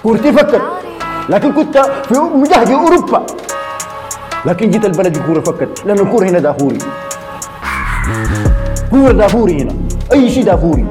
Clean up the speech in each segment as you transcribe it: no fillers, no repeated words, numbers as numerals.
كورتي فكت، لكن كنت في مجهد أوروبا، لكن جيت البلد الكورة فكت، لأن الكورة هنا دافوري، كورة دافوري هنا، أي شيء دافوري.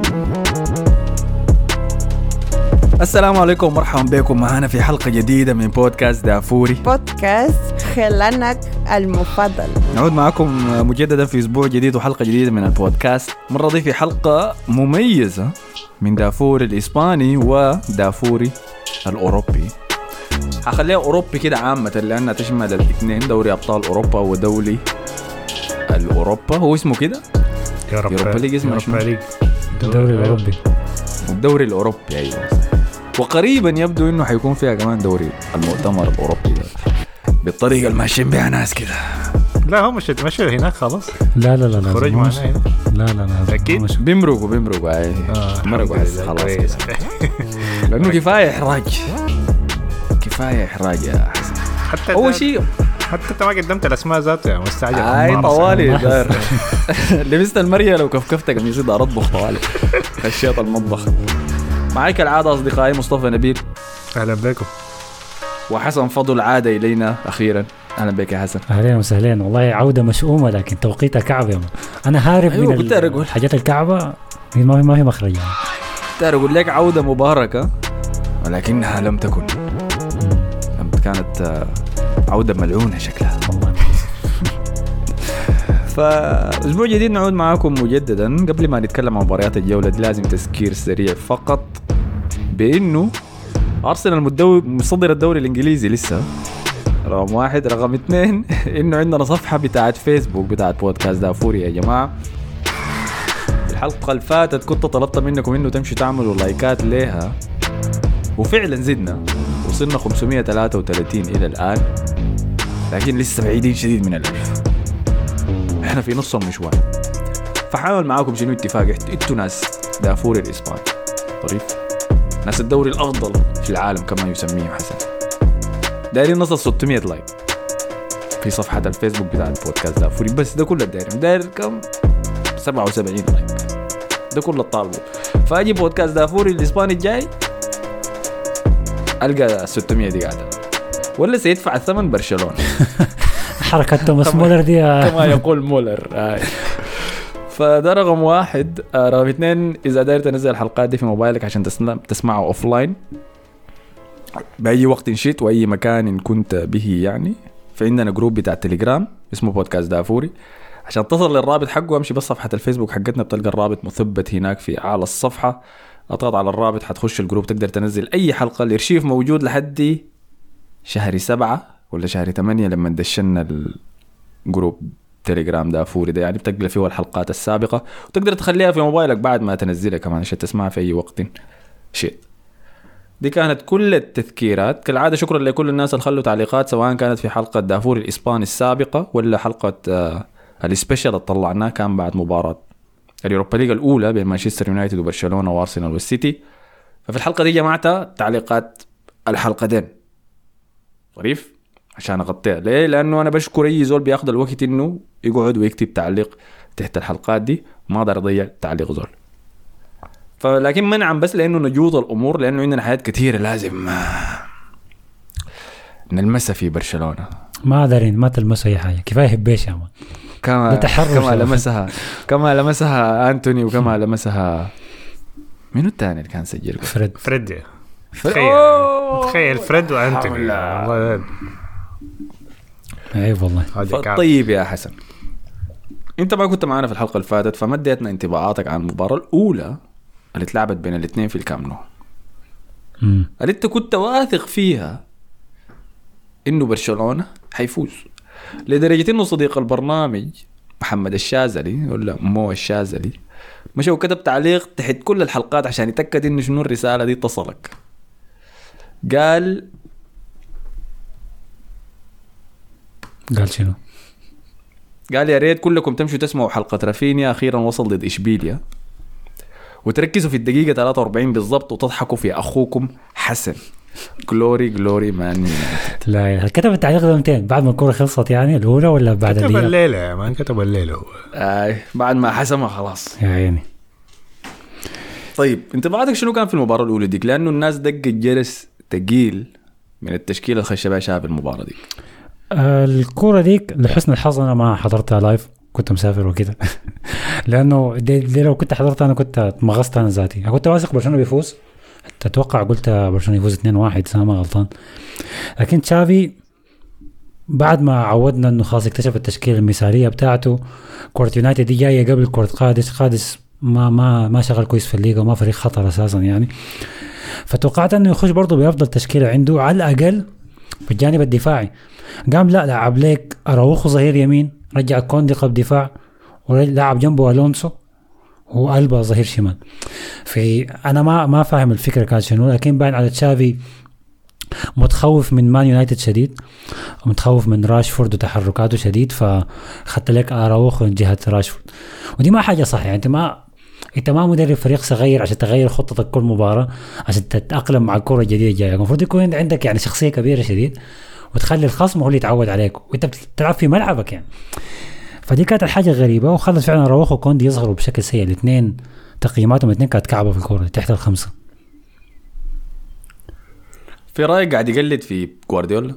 السلام عليكم ومرحبا بكم معنا في حلقة جديدة من بودكاست دافوري، بودكاست خلانك المفضل. نعود معكم مجددا في أسبوع جديد وحلقة جديدة من البودكاست. مرة دي في حلقة مميزة من دافوري الإسباني ودافوري الأوروبي. هخليها أوروبي كده عامة لأنها تشمل الاثنين، دوري أبطال أوروبا ودولي الأوروبا، هو اسمه كده يوروبا ليج، اسمه الدوري الأوروبي، الدوري الأوروبي. أيوة، وقريبا يبدو إنه حيكون فيها كمان دوري المؤتمر الأوروبي ده بالطريقة اللي ماشيين بها ناس كده. لا هم مش هناك خلاص. لا خرج معنا هنا. لا أكيد بيمرقوا مرقوا خلاص لأنه كفاية إحراج يا حسن. حتى أول شيء حتى انت ما قدمت الاسماء ذاته يا مستعجل. اي طوالي دار لبست المريه لو كفكفت قميصي دار اطبخ طوالي خشيت المطبخ. معاك العاده اصدقائي مصطفى نبيل، اهلا بكم، وحسن فضل عاده الينا اخيرا. اهلا بك يا حسن. اهلا وسهلا. والله عوده مشؤومه لكن توقيتها كعب يا انا هارب. أيوة من الحاجات الكعبه ما هي مخرج يعني. اقول لك عوده مباركه ولكنها لم تكن، كانت عودة ملعونة شكلها. فأسبوع جديد نعود معاكم مجددا. قبل ما نتكلم عن مباريات الجولة دي لازم تذكير سريع فقط بأنه أرسنال مصدر الدوري الإنجليزي لسه رقم 1. رقم 2 إنه عندنا صفحة بتاعت فيسبوك بتاعت بودكاست دافوري يا جماعة. الحلقة اللي فاتت كنت طلبت منكم إنه تمشوا تعملوا لايكات ليها، وفعلا زدنا وصلنا 533 إلى الآن، لكن لسه بعيدين شديد من 1000. احنا في نص المشوار. فحاول معاكم شنو اتفاق، انتوا ناس دافوري الإسباني طريف، ناس الدوري الأفضل في العالم كما يسميه حسن، دايرين نصل 600 لايك في صفحة الفيسبوك بتاع البودكاست دافوري. بس ده كله داير كم 77 لايك، ده كله الطالب. فأجي بودكاست دافوري الإسباني الجاي ألقى 600 دي قاعدة، ولا سيدفع الثمن برشلونة. حركة توماس مولر دي كما يقول مولر. فده رقم 1. رقم 2 إذا داير تنزل الحلقات دي في موبايلك عشان تسمعه أوفلاين بأي وقت نشيت وأي مكان إن كنت به يعني، فعندنا جروب بتاع التليجرام اسمه بودكاست دافوري. عشان تصل للرابط حقه امشي بس صفحة الفيسبوك حقتنا، بتلقى الرابط مثبت هناك في أعلى الصفحة. اضغط على الرابط حتخش الجروب، تقدر تنزل اي حلقة. الارشيف موجود لحد شهر 7 ولا شهر 8 لما ندشنا الجروب تليجرام دافوري ده، يعني بتقبل فيه الحلقات السابقة وتقدر تخليها في موبايلك بعد ما تنزلها كمان عشان تسمعها في اي وقت شيء. دي كانت كل التذكيرات. كالعادة شكرا لكل الناس اللي خلوا تعليقات، سواء كانت في حلقة دافوري الإسباني السابقة ولا حلقة السبيشال اللي طلعناه كان بعد مباراة اليوروبا ليج الأولى بين مانشستر يونايتد وبرشلونة وارسنال والسيتي. ففي الحلقة دي جمعتها تعليقات الحلقتين طريف عشان أغطيها. ليه؟ لأنه أنا بشكر أي زول بياخد الوقت إنه يقعد ويكتب تعليق تحت الحلقات دي، ما أقدر أضيع تعليق زول. فلكن منعا بس لأنه نجوض الأمور، لأنه عندنا حياة كثيرة لازم نلمسها في برشلونة. ما دارين ما تلمسوا أي حاجة، كفاية هبيش يا مان. كما لمسها أنتوني، وكما لمسها منو الثاني اللي كان سجل؟ فريد. تخيل فريد وأنتوني. أي والله. طيب يا حسن، أنت ما كنت معنا في الحلقة اللي فاتت، فما اديتنا انطباعاتك عن المباراة الأولى اللي اتلعبت بين الاثنين في الكامب نو. هل أنت كنت واثق فيها إنه برشلونة حيفوز؟ لدرجة إنه صديق البرنامج محمد الشاذلي ولا مو الشاذلي مشى وكتب تعليق تحت كل الحلقات عشان يتأكد إنه شنو الرسالة دي تصلك. قال شنو؟ قال يا ريت كلكم تمشوا تسمعوا حلقة رافينيا أخيرا وصل ضد إشبيليا وتركزوا في الدقيقة 43 بالضبط وتضحكوا في أخوكم حسن. جلوري مان. لا كتب التعليق ده 200 بعد ما الكرة خلصت يعني الأولى ولا بعد كتب الليلة يا مان؟ كتب الليلة هو بعد ما حسمها خلاص يا عيني. طيب انت بعدك شنو كان في المباراة الأولى ديك؟ لأنه الناس دقت جرس تقيل من التشكيله اللي خش بها شافي المباراه دي؟ الكوره ديك لحسن الحظ انا ما حضرتها لايف، كنت مسافر وكده. لانه دي لو كنت حضرتها انا كنت مغصت انا ذاتي. انا كنت واثق برشلونه بيفوز، اتوقع قلت برشلونه يفوز 2-1 اذا ما غلطان. لكن تشافي بعد ما عودنا انه خلاص اكتشف التشكيله المثاليه بتاعته. كره يونايتد دي جايه قبل كره قادس ما شغل كويس في الليغا وما فريق خطر اساسا يعني. فتوقعت انه يخش برضه بافضل تشكيله عنده على الاقل في الجانب الدفاعي. قام لا لعب ليك اراوخو ظهير يمين، رجع كوندي قلب دفاع، ولعب جنبه الونسو وقلبه ظهير شمال. في انا ما فاهم الفكره كانت شنو، لكن باين على تشافي متخوف من مان يونايتد شديد، ومتخوف من راشفورد وتحركاته شديد، فخدت لك اراوخو من جهه راشفورد. ودي ما حاجه صح يعني. انت ما مدرب فريق صغير عشان تغير خطتك كل مباراه عشان تتاقلم مع الكره الجديده الجايه. المفروض يكون عندك يعني شخصيه كبيره شديد وتخلي الخصم هو اللي يتعود عليك وانت بتلعب في ملعبك يعني. فدي كانت الحاجه غريبه، وخلت فعلا اراوخو وكوندي يظهروا بشكل سيء. الاثنين تقييماتهم الاثنين كانت كعبه في الكوره تحت ال5. في رايك قاعد يقلد في جوارديولا؟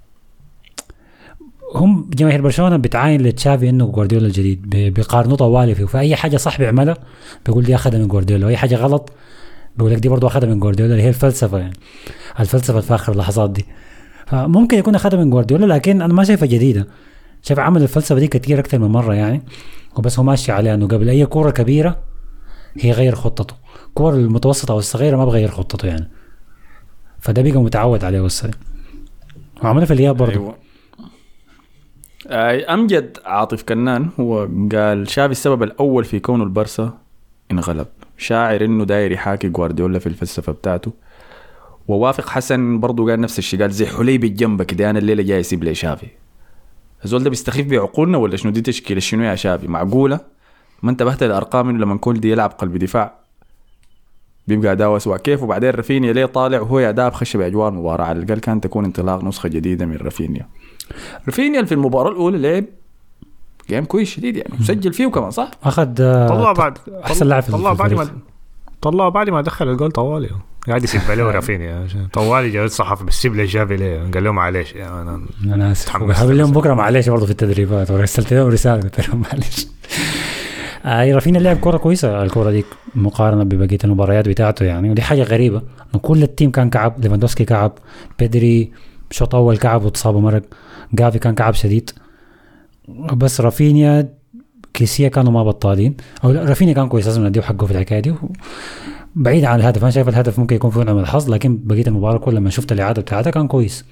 هم جماهير برشلونه بتعاين لتشافي انه جوارديولا الجديد، بيقارنوا طوالي فيه. فاي حاجه صح بيعملها بيقول دي اخذها من جوارديولا، واي حاجه غلط بيقول لك دي برضه اخذها من جوارديولا، اللي هي الفلسفه يعني، الفلسفه في اخر اللحظات دي. فممكن يكون اخذها من جوارديولا، لكن انا ما شايفها جديده. شايف عمل الفلسفه دي كتير اكثر من مره يعني، وبس هو ماشي عليها انه قبل اي كوره كبيره هي غير خطته، كوره المتوسطه او الصغيره ما بغير خطته يعني. فده بيقى متعود عليه والسلام، وعمله في الإياب برضه. أيوة. أمجد عاطف كنان هو قال شافي السبب الأول في كونه البرسا انغلب، شاعر إنه داير يحاكي جوارديولا في الفلسفة بتاعته. ووافق حسن برضه قال نفس الشيء، قال زي حليب الجنبك كده أنا الليلة جاي يسيب لي شافي. الزول ده بيستخيف بعقولنا ولا شنو؟ دي تشكيلة شنو يا شافي؟ معقولة ما انتبهت للأرقام إنه لما كل دي يلعب قلب دفاع بيبقى أداء أسوأ كيف؟ وبعدين رافينيا ليه طالع وهو أداء بخش بأجواء المباراة؟ على الأقل كان تكون انطلاق نسخة جديدة من رافينيا في المباراة الأولى لعب جيم كويس شديد يعني، مسجل فيه وكمان صح؟ أخذ طلع بعد أحسن لاعب في الفريق. طلع بعد ما دخل الجول طوالي قاعد يسيب له رافينيا طوالي. جاء الصحفي بسيب له جافي ليه، قال له معلش يعني أنا آسف، وقال لهم بكرة معلش برضه في التدريبات، ورسلت لهم رسالة قلت لهم معلش. رافينيا لعب كرة كويسة الكرة دي مقارنة ببقية المباريات بتاعته يعني، ودي حاجة غريبة إنه كل التيم كان كعب. ليفاندوفسكي كعب، بيدري شوط أول كعب وتصاب مرق، جافي كان كعب شديد، بس رافينيا كيسيا كانوا ما بطالين. أو رافينيا كان كويس لازم نديه حقه في الحكاية دي. بعيد عن الهدف، أنا شايف الهدف ممكن يكون فيه نوع من الحظ، لكن بقية المباراة كل ما شفت الإعادة بتاعتها كان كويس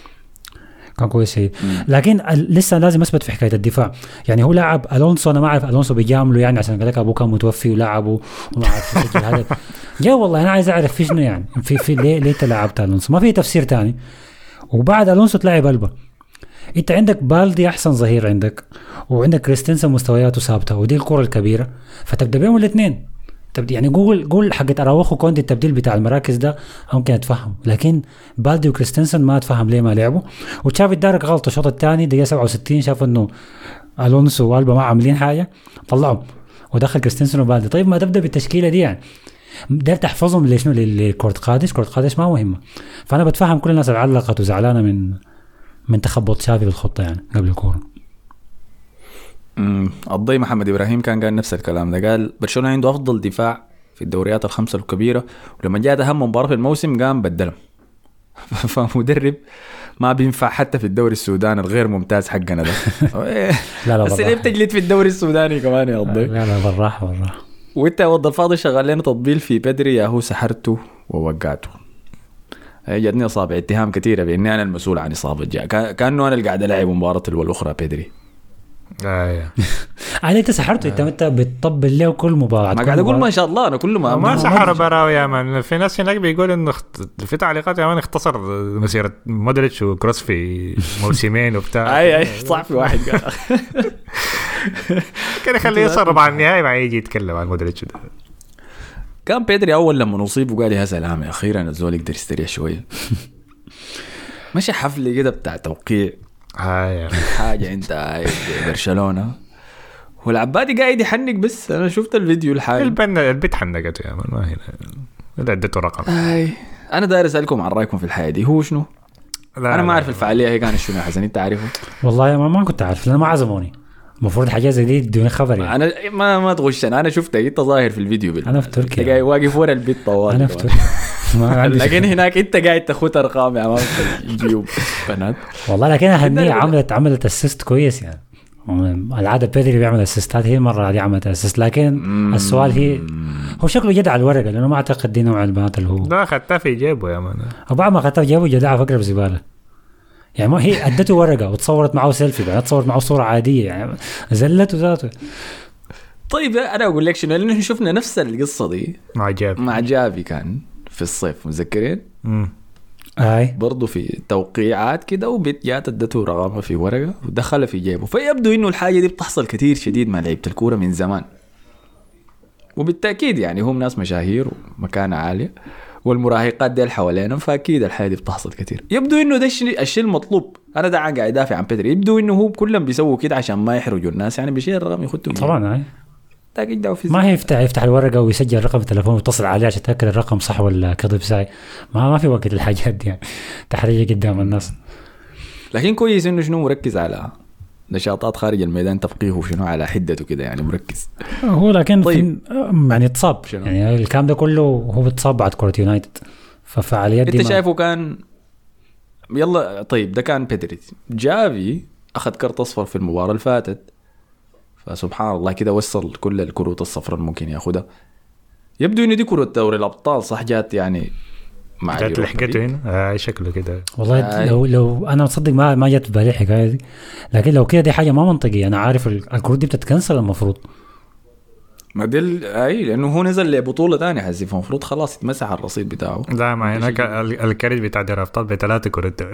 لكن لسه لازم اثبت في حكايه الدفاع يعني. هو لاعب الونسو، انا ما اعرف الونسو بيجامله يعني عشان قال لك ابوه كان متوفي ولعبه وما عارف يسجل هدف. جا والله انا عايز اعرف في شنو يعني، في ليه انت لعبت الونسو؟ ما في تفسير تاني. وبعد الونسو تلعب قلبه، انت عندك بالدي احسن ظهير عندك، وعندك كريستنسن مستوياته ثابته، ودي الكره الكبيره، فتبدا بيهم الاثنين. يعني قول حقت اراوخو كوندي التبديل بتاع المراكز ده ممكن اتفهم، لكن بالدي وكريستنسن ما اتفهم ليه ما لعبوا. وتشافي دارك غلط الشوط الثاني دقيقه 67 شاف انه الونسو والبا ما عاملين حاجه طلعهم ودخل كريستنسن وبالدي. طيب ما تبدا بالتشكيله دي يعني، دار تحفظهم ليش شنو لكره قادش ما مهمه. فانا بتفهم كل الناس اللي علقت وزعلانه من تخبط تشافي بالخطه يعني قبل الكوره. الضي محمد إبراهيم كان قال نفس الكلام ده، قال برشلونة عنده أفضل دفاع في الدوريات الخمسة الكبيرة، ولما جاءت أهم مباراة في الموسم قام بدلهم. فمدرب ما بينفع حتى في الدوري السوداني الغير ممتاز حقنا ده. لا بس ليه بتجلد في الدوري السوداني كمان يا الضي؟ لا بالراحة. وانت يا وض الفاضي شغال لنا تطبيل في بدري يا هو سحرته ووقعته. جاتني أصابع اتهام كثيرة بإني أنا المسؤول عن إصابة جاء، كأنه أنا اللي قاعد ألعب مباراة والأخرى بدري. انت سحرته، انت بتطبل له كل مباراه. ما قاعد اقول ما شاء الله انا كل ما سحر براوي يا مان. في ناس هناك بيقول انه في تعليقات يا مان اختصر مسيره مودريتش وكروس في موسمين وبتاع. اي صح، في واحد قال كان يخليه يصرب على النهايه ما يجي يتكلم عن مودريتش ده. كان بيدري اول لما نصيب وقال لي يا سلام اخيرا الزول يقدر يستريح شويه. ماشي حفله كده بتاع توقيع حاجه انت برشلونه والعبادي قاعد يحنق. بس انا شفت الفيديو الحالي البيت حنقته يا مان، ما هنا اديته رقم. انا داير اسالكم عن رايكم في الحياه دي. هو شنو؟ انا ما اعرف الفعاليه هي كانت شنو يا حسن، انت عارفه؟ والله ما كنت عارف لأنه ما عزموني. المفروض حاجات زي دي بدون خبر يعني. انا ما تغشنا، انا شفتك انت ظاهر في الفيديو أنا في تركيا. انت قاعد واقف ورا البيت طوال. أنا في تركيا. ما عندي شيء. لكن هناك انت قاعد تاخذ ارقام يا مان جيوب بنات. والله لكن أهمية عملت اسيست كويس يعني. العادة بيدري بيعمل اسيستات، هي المرة هذه عملت اسيست. لكن السؤال هي هو شكله جدع على الورقة، لأنه ما أعتقد دي نوع البنات اللي هو. لا خدتها في جيبه يا مان. وبعد ما خدتها في جيبه جدع فكرة بزبالة يعني. ما هي ادته ورقة وتصورت معه سيلفي، بعد تصورت معه صورة عادية يعني، زلته ذاته. طيب انا اقول لك شنو، لانه شفنا نفس القصة دي مع جافي كان في الصيف، متذكرين؟ اي برضو في توقيعات كده، وبيت جات ادته رقمها في ورقة ودخلها في جيبه. فيبدو انه الحاجة دي بتحصل كتير شديد مع لعيبة الكورة من زمان، وبالتأكيد يعني هم ناس مشاهير ومكانة عالية والمراهقات دي حوالينهم، فأكيد الحاجة دي بتحصل كتير. يبدو إنه ده الشيء المطلوب. أنا ده قاعد يدافع عن بيدري، يبدو إنه هو كلهم بيسووا كده عشان ما يحرجوا الناس يعني، بشيء الرقم يخطوا طبعا. اي في ما هي يفتح الورقة ويسجل رقم التليفون ويتصل عليه عشان يتأكد الرقم صح ولا كذب ساي. ما في وقت الحاجات دي يعني، تحريجة قدام الناس. لكن كويس إنه شنو مركز على نشاطات خارج الميدان، تفقيه وشنو على حدته كده يعني، مركز هو. لكن طيب. يعني اتصاب يعني الكلام ده كله هو بتصاب بعد كرة يونايتد، ففعاليات دي انت شايفه كان يلا. طيب ده كان بيدري. جافي اخذ كرت اصفر في المباراة اللي فاتت، فسبحان الله كده وصل كل الكروت الصفراء ممكن ياخدها. يبدو انه دي كرة دوري الابطال صح، جات يعني مع جات لحقته هنا شكله كده والله. لو انا مصدق ما جت في بالي الحكايه دي، لكن لو كده دي حاجه ما منطقيه. انا عارف الكروت دي بتتكنسل المفروض، ما دل اي لانه هو نزل لبطوله ثانيه حسي، فالمفروض خلاص يتمسح الرصيد بتاعه. لا ما هناك الكرت بتاع دوري الابطال ب3 كرات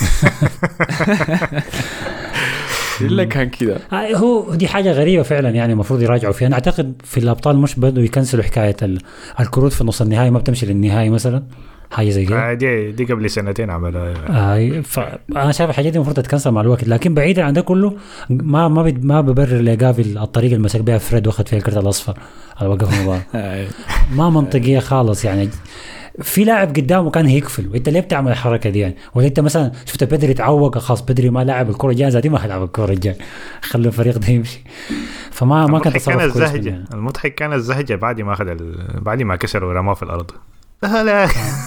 إلا كان كده. هو دي حاجة غريبة فعلا يعني، المفروض يراجعوا فيها. أنا أعتقد في الأبطال مش بدوا يكنسلوا حكاية الكروت في نص النهائي ما بتمشي للنهائي مثلا، حاجة زي كده. دي قبل سنتين عملها. فأنا شايف الحاجات دي المفروض تتكنسل مع الوقت. لكن بعيدا عن ده كله ما ببرر لجافي الطريقة اللي مسك بها فريد واخد فيها الكرت الأصفر على وقف المباراة. ما منطقية خالص يعني. في لاعب قدامه كان هيقفل، وانت ليه بتعمل الحركه دي يعني؟ ولا انت مثلا شفت بدري تعوق، خلاص بدري ما لاعب الكره الجايه دي، ما هيلعب الكره الجايه، خلوا الفريق ده يمشي. فما كان تصرف كويس. المضحك كان الزهجه بعد ما اخذ بعد ما كسر ورماه في الارض. لا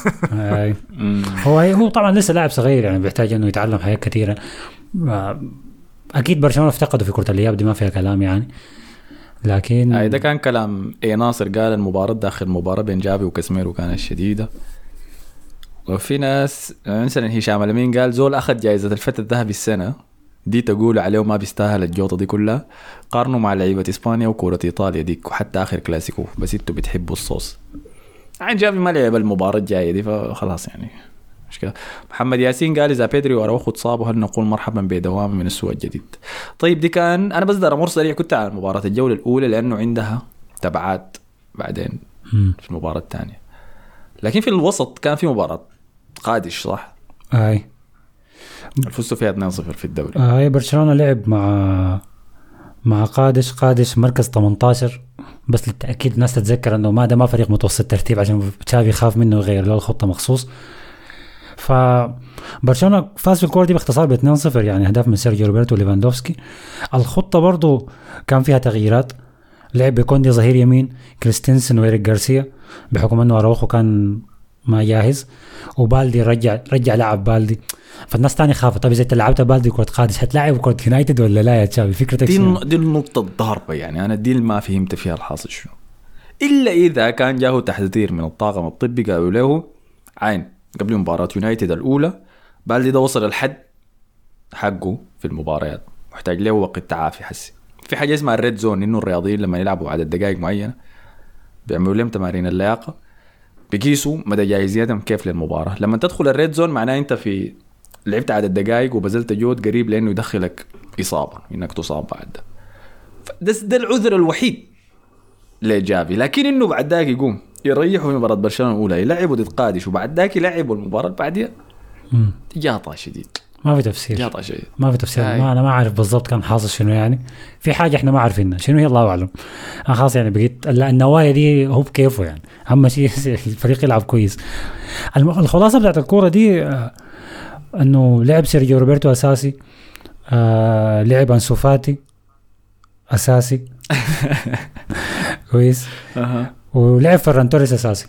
هو طبعا لسه لاعب صغير يعني، بيحتاج انه يتعلم حاجات كثيره. اكيد برشلونه افتقده في كره الياب دي، ما فيها كلام يعني. لكن ده كان كلام ناصر قال المباراة داخل مباراة بين جافي وكاسميرو كانت شديدة. وفي ناس مثلا هشام الأمين قال زول أخذ جائزة الفتى الذهبي السنة دي، تقول عليه ما بيستاهل الجوطة دي كلها. قارنوا مع لعيبة إسبانيا وكرة إيطاليا ديك وحتى آخر كلاسيكو، بس انتوا بتحبوا الصوص. عن جافي ما لعب المباراة الجاية دي فخلاص يعني مش كده. محمد ياسين قال إذا بيدري وأراوخو تصابوا هل نقول مرحبا بدوام من السوء الجديد. طيب دي كان أنا بس دار أمر سريع، كنت على مباراة الجولة الأولى لأنه عندها تبعات بعدين في المباراة الثانية. لكن في الوسط كان في مباراة قادش صح؟ أي فزتوا فيها 2-0 في الدوري. أي برشلونة لعب مع قادش مركز 18. بس للتأكيد الناس تتذكر أنه ما فريق متوسط ترتيب عشان تشافي يخاف منه ويغير له الخطة مخصوص. فبرشلونة فاز في الكورة دي باختصار ب2-0 يعني، هدف من سيرجيو روبرتو وليفاندوفسكي. الخطة برضو كان فيها تغييرات، لعب بكوندي ظهير يمين، كريستنسن وإيريك غارسيا بحكم أنه أراوخو كان ما جاهز، وبالدي رجع لعب بالدي. فالناس تاني خافت، طيب إذا أنت لعبت بالدي كرة قادش هتلاعب كرة يونايتد ولا لا يا تشافي؟ فكرتك دي النقطة الضاربة يعني، أنا دي ما فهمت فيها الحاصل شنو، إلا إذا كان جاءه تحذير من الطاقم الطبي قالوا له عين قبل مباراة يونايتد الأولى بالدي ده وصل الحد حقه في المباريات، محتاج له وقت تعافي. حسي في حاجة اسمها الريد زون، إنه الرياضيين لما يلعبوا عدد دقائق معينة بيعملوا لهم تمارين اللياقة، بيقيسوا مدى جاهزيتهم كيف للمباراة. لما تدخل الريد زون معناه أنت في لعبت عدد دقائق وبذلت جهد قريب لأنه يدخلك إصابة، إنك تصاب بعد ده العذر الوحيد لجافي. لكن إنه بعد ذاك يقوم يريحوا في مباراة برشلونة الأولى، يلعبوا ضد قادش، وبعد ذاك يلعبوا المباراة بعدها جاطة شديد. ما في تفسير، يعطى شيء ما في تفسير. هاي. ما انا ما عارف بالضبط كان حاصل شنو، يعني في حاجه احنا ما عارفينها شنو هي، الله اعلم. انا خلاص يعني بقيت النوايا دي هو بكيفه، يعني اهم شيء الفريق يلعب كويس. الخلاصه بتاعت الكوره دي انه لعب سيرجيو روبرتو اساسي، لعب انسو فاتي اساسي كويس، ولعب فيران توريس اساسي.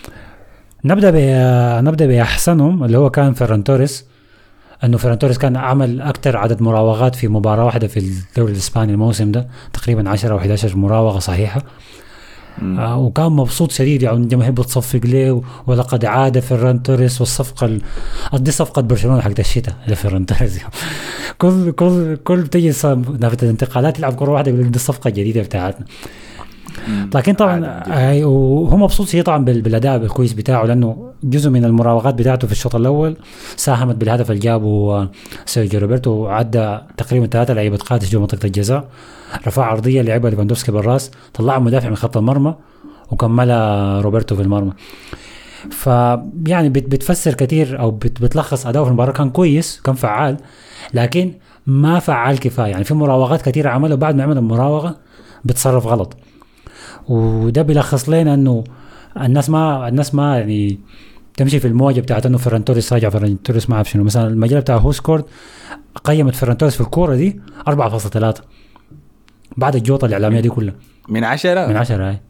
نبدا باحسنهم اللي هو كان فيران توريس، انه فيران توريس كان عمل اكثر عدد مراوغات في مباراه واحده في الدوري الاسباني الموسم ده، تقريبا 10 او 11 مراوغه صحيحه. وكان مبسوط شديد، يعني الجماهير بتصفق له، ولقد عاد فيران توريس. والصفقه دي صفقه برشلونه حقت الشتاء لفيران توريس. كل تجي نافذه الانتقالات يلعب كره واحده يقول دي الصفقه الجديده بتاعتنا. لكن طبعا وهو مبسوط شيء طبعا بالاداء الكويس بتاعه، لانه جزء من المراوغات بتاعته في الشوط الاول ساهمت بالهدف اللي جابه سيرجيو روبرتو، وعدى تقريبا 3 لعيبه قادش جوا منطقه الجزاء، رفع عرضيه لعبها ليفاندوفسكي بالراس، طلع مدافع من خط المرمى وكملها روبرتو في المرمى. فيعني بتفسر كثير او بتلخص اداؤه في المباراه. كان كويس، كان فعال، لكن ما فعال كفايه. يعني في مراوغات كثيره عملها، بعد ما عمل المراوغه بتصرف غلط، وده بيلخص لنا انه الناس ما يعني تمشي في الموجه بتاعت انه فيران توريس راجع، فيران توريس ما عارف شنو. مثلا المجله بتاع هوسكورد قيمت فيران توريس في الكوره دي 4.3 بعد الجوطه الاعلاميه دي كلها من 10 من 10. هاي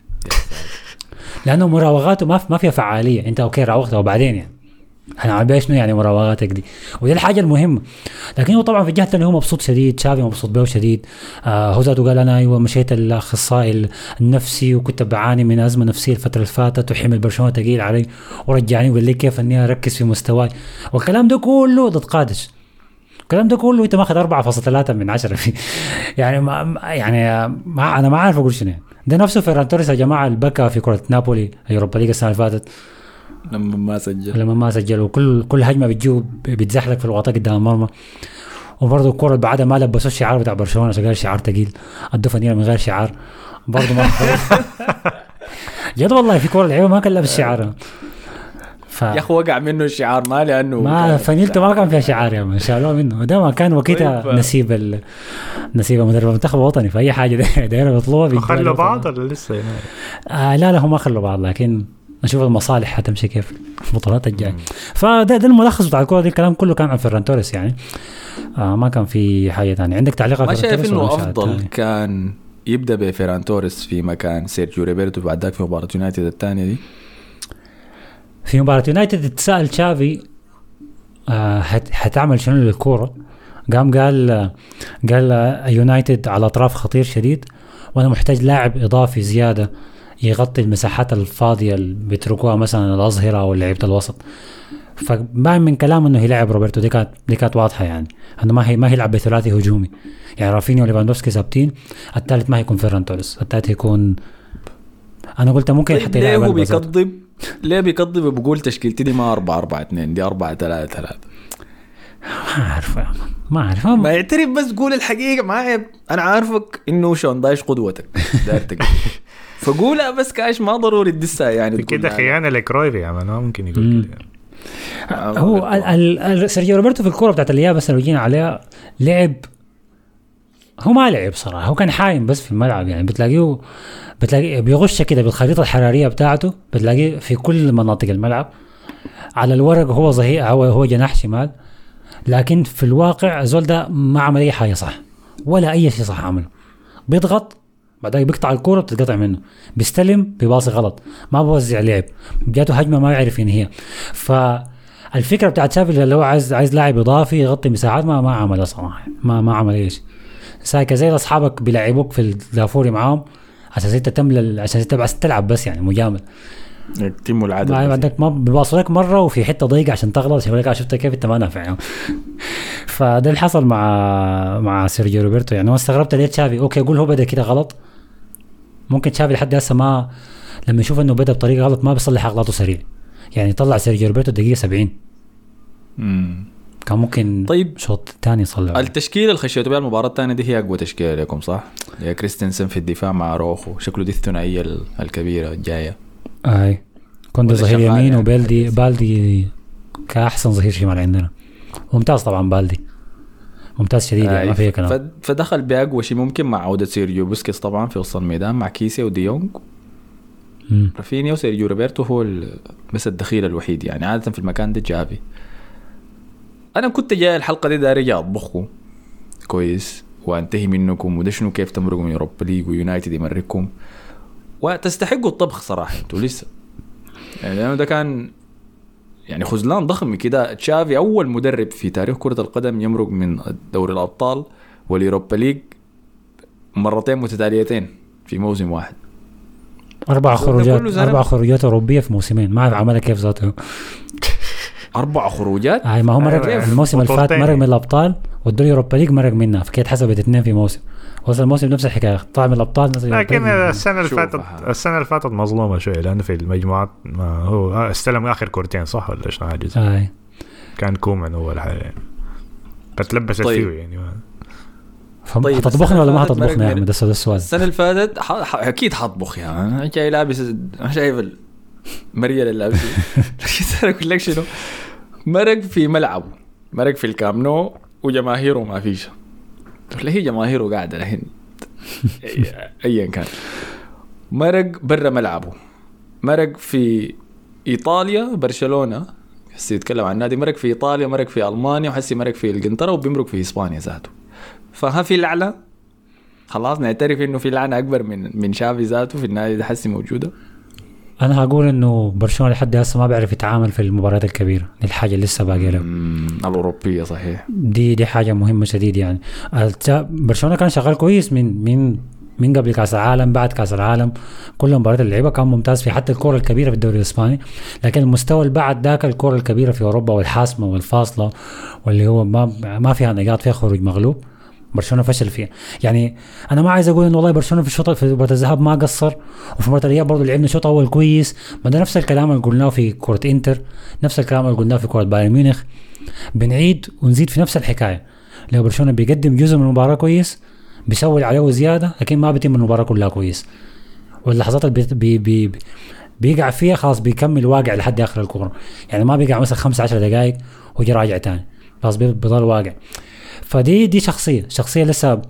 لانه مراوغاته ما فيها فعاليه. انت اوكي راوغتها وبعدين يعني انا عم شنو يعني مراوغاتك دي، ودي الحاجه المهمه. لكن هو طبعا في الجهه الثانيه هو مبسوط شديد، شافي مبسوط به شديد. هو ذاته قال انا ايوه مشيت الاخصائي النفسي وكنت بعاني من ازمه نفسيه الفتره اللي فاتت، وحمل برشلونه ثقيل علي ورجعني وقال لي كيف اني اركز في مستواي، والكلام ده كله ضد قادش. الكلام ده كله انت ماخذ 4.3 من 10 فيه. يعني ما انا ما عارف اقول شنو. ده نفسه فيران توريس يا جماعه البكا في كره نابولي يوروبا ليج السنه اللي فاتت لما ما سجل وكل هجمه بتجيب بيتزحلق في الوطا قدام المرمى. وبرضه الكره بعدها ما لبسوا الشعار بتاع برشلونه، شغال شعار ثقيل، ادوا فنيله من غير شعار برضه ما جد والله في كره لعيبه ما كان لابس شعار. يا اخي وقع منه الشعار ما لانه ما فنيلته ما كان فيها شعار يا مان، شالوه منه. ده ما كان وقتها طيب. نسيب مدرب المنتخب الوطني في اي حاجه دايره بيطلبوها. خلوا بعض ولا لسه هنا؟ لا هم ما خلوا بعض، لكن نشوف المصالح هتمشي كيف في البطولات الجايه. فده الملخص بتاع الكوره دي. الكلام كله كان عن فيران توريس يعني. ما كان في حاجه ثانيه. عندك تعليق على ما فيران شايف توريس؟ انه افضل كان يبدا بفيران توريس في مكان سيرجيو روبرتو بعد ذاك في مباراه يونايتد الثانيه دي؟ في مباراه يونايتد تسال تشافي هتعمل شنو للكوره؟ قال يونايتد على اطراف خطير شديد، وانا محتاج لاعب اضافي زياده يغطي المساحات الفاضيه اللي بيتركوها مثلا الاظهره او لعيبه الوسط. فباين من كلامه انه يلعب روبرتو دي كانت واضحه، يعني انه ما هيلعب بثلاثي هجومي. يعني رافينيا وليفاندوفسكي ثابتين، الثالث ما هيكون فيران توريس، الثالث هيكون انا قلت ممكن حتى ليه يلعب هو بيكذب؟ ليه بيكذب وبقول تشكيلتي دي ما 4-4-2 دي 4-3-3؟ ما عارف ما يعترف بس قول الحقيقه. ما عيب، انا عارفك انه شون دايش قدوتك دارتك فقولها بس كاش، ما ضروري تدسها يعني كده خيانه لكرويف يعني. ما ممكن يقول كده. هو سيرجيو روبرتو في الكوره بتاعت الاياب بس لو جينا عليها لعب، هو ما لعب صراحه، هو كان حايم بس في الملعب. يعني بتلاقيه بيغش كده بالخريطه الحراريه بتاعته، بتلاقيه في كل مناطق الملعب. على الورق هو ظهير، هو جناح شمال، لكن في الواقع الزول ده ما عمل اي حاجه صح ولا اي شيء صح عمله. بيضغط بعدين بيقطع الكوره بتتقطع منه، بيستلم بيباصي غلط، ما بوزع لعب، جاته هجمه ما يعرف ينهيها. فالفكره بتاعت تشافي اللي هو عايز لاعب اضافي يغطي مساحات ما عملها صراحه. ما عمل ايش سايكا زي اصحابك بيلعبوك في الدافوري معاهم عشان انت تملى، عشان انت بس تلعب بس يعني مجامل يتم العدد. ما عندك ما بيباصوا لك مره وفي حته ضيقه عشان تغلط، يقول لك شفت كيف انت ما نافع يعني. فده اللي حصل مع سيرجيو روبرتو. يعني انا استغربت ليه تشافي اوكي يقول هو بدا كده غلط. ممكن تشافي لحد هسه ما لما يشوف انه بدا بطريقه غلط ما بيصلح اغلاطه سريع. يعني طلع سيرجيو روبرتو دقيقه 70 كان ممكن طيب شوط ثاني يصلح. التشكيله اللي خشيتوا بها المباراه الثانيه دي هي اقوى تشكيله لكم صح؟ يا كريستنسن في الدفاع مع روخو، شكله دي الثنائيه الكبيره الجايه. اي كنت ظهير يمين يعني، وبالدي كاحسن ظهير شمال عندنا. ممتاز طبعا بالدي ممتاز شديد يعني ما فيها كلام. فدخل بأقوى شيء ممكن مع عودة سيرجيو بوسكيتس طبعا في وسط الميدان مع كيسي وديونج. رافينيا وسيرجيو روبرتو هو بس الدخيل الوحيد يعني عادة في المكان ده جافي. أنا كنت جاي الحلقة دي داري أطبخكم كويس وانتهي منكم وده شنو كيف تمرقوا من يوروبا ليج ويونايتد يمركم وتستحقوا الطبخ صراحة انتوا لسه يعني لأنه ده كان يعني خذلان ضخم كده. تشافي أول مدرب في تاريخ كرة القدم يمرق من دوري الأبطال واليوروبا ليج مرتين متتاليتين في موسم واحد. 4 خروجات أوروبية في موسمين ما أعرف عملها كيف ذاته. 4 خروجات ما هو مرق الموسم اللي فات مرق من الأبطال والدوري اليوروبا ليج مرق منها فكيت حسبت 2 في موسم. وصل الموسم نفس الحكاية طلع من الأبطال. لكن السنة اللي فاتت مظلومة شوية لأنه في المجموعات ما هو استلم آخر كورتين صح ولا إيش حاجز كان كومان هو الحاجة فتلبست فيه يعني. طيب هتطبخنا ولا ما هتطبخنا يا عم؟ ده السؤال. السنة اللي فاتت أكيد هطبخ يعني جاي لابس شايف المريال اللي لابسه. لكن أقول لك شنو مرق في ملعبه مرق في الكامنو وجماهيره ما فيش ولا هي جماهيره قاعدة لهن أيا كان. مرق برا ملعبه مرق في إيطاليا برشلونة حسي يتكلم عن نادي مرق في إيطاليا مرق في ألمانيا وحسي مرق في الجنطرة وبيمرق في إسبانيا ذاته. فها في لعنة خلاص نعترف إنه في لعنة أكبر من شافي ذاته في النادي ده حسي موجودة. أنا هقول إنه برشلونة لحد هسه ما بيعرف يتعامل في المباريات الكبيرة. دي الحاجة اللي لسه باقي له الأوروبية صحيح. دي حاجة مهمة شديد يعني. برشلونة كان شغال كويس من قبل كأس العالم بعد كأس العالم كل مباريات اللعيبة كان ممتاز في حتى الكرة الكبيرة في الدوري الإسباني. لكن المستوى اللي بعد ذاك الكرة الكبيرة في أوروبا والحاسمة والفاصلة واللي هو ما فيها نقاط فيها خروج مغلوب برشلونة فشل فيها. يعني أنا ما عايز أقول إنه والله برشلونة في الشوط في مباراة الذهاب ما قصر وفي مباراة الإياب برضو لعبنا شوط أول كويس. ما ده نفس الكلام اللي قلناه في كرة إنتر نفس الكلام اللي قلناه في كرة بايرن ميونخ بنعيد ونزيد في نفس الحكاية. لو برشلونة بيقدم جزء من المباراة كويس بيسوي عليه زيادة لكن ما بيتم المباراة كلها كويس. واللحظات اللي بيقع فيها خلاص بيكمل واقع لحد آخر الكرة يعني ما بيقع مثلا 15 دقائق ويجي راجع تاني خلاص بيضل واقع. فدي شخصية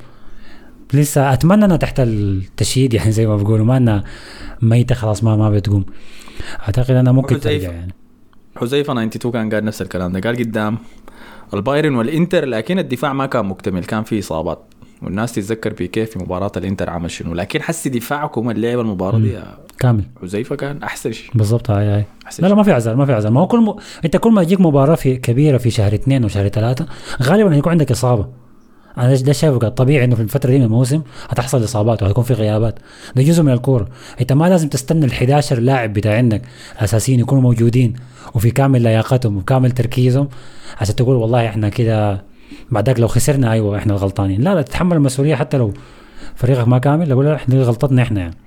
لسه أتمنى أنها تحت التشييد يعني زي ما بيقولوا ما أنها ميتة خلاص ما بتقوم. أعتقد أنها ممكن ترجع يعني. حذيفة 92 كان قال نفس الكلام ده قال قدام البايرن والإنتر لكن الدفاع ما كان مكتمل كان فيه إصابات والناس تتذكر بكيف في مباراة الإنتر عمل شنو. لكن حسي دفاعكم اللعب المباراة دي كامل حذيفة كان أحسن شيء بالضبط. لا ما في عزل ما هو أنت كل ما يجيك مباراة كبيرة في شهر 2 وشهر 3 غالبا يكون عندك إصابة. أنا ده شايفه طبيعي إنه في الفترة دي من الموسم هتحصل إصابات وهيكون في غيابات. ده جزء من الكورة. أنت ما لازم تستنى 11 لاعب بتاع عندك أساسيين يكونوا موجودين وفي كامل لياقتهم وكامل تركيزهم عشان تقول والله إحنا كده بعدك لو خسرنا أيوة إحنا الغلطانين. لا تتحمل المسؤولية حتى لو فريقك ما كامل. أقول إحنا غلطتنا إحنا يعني.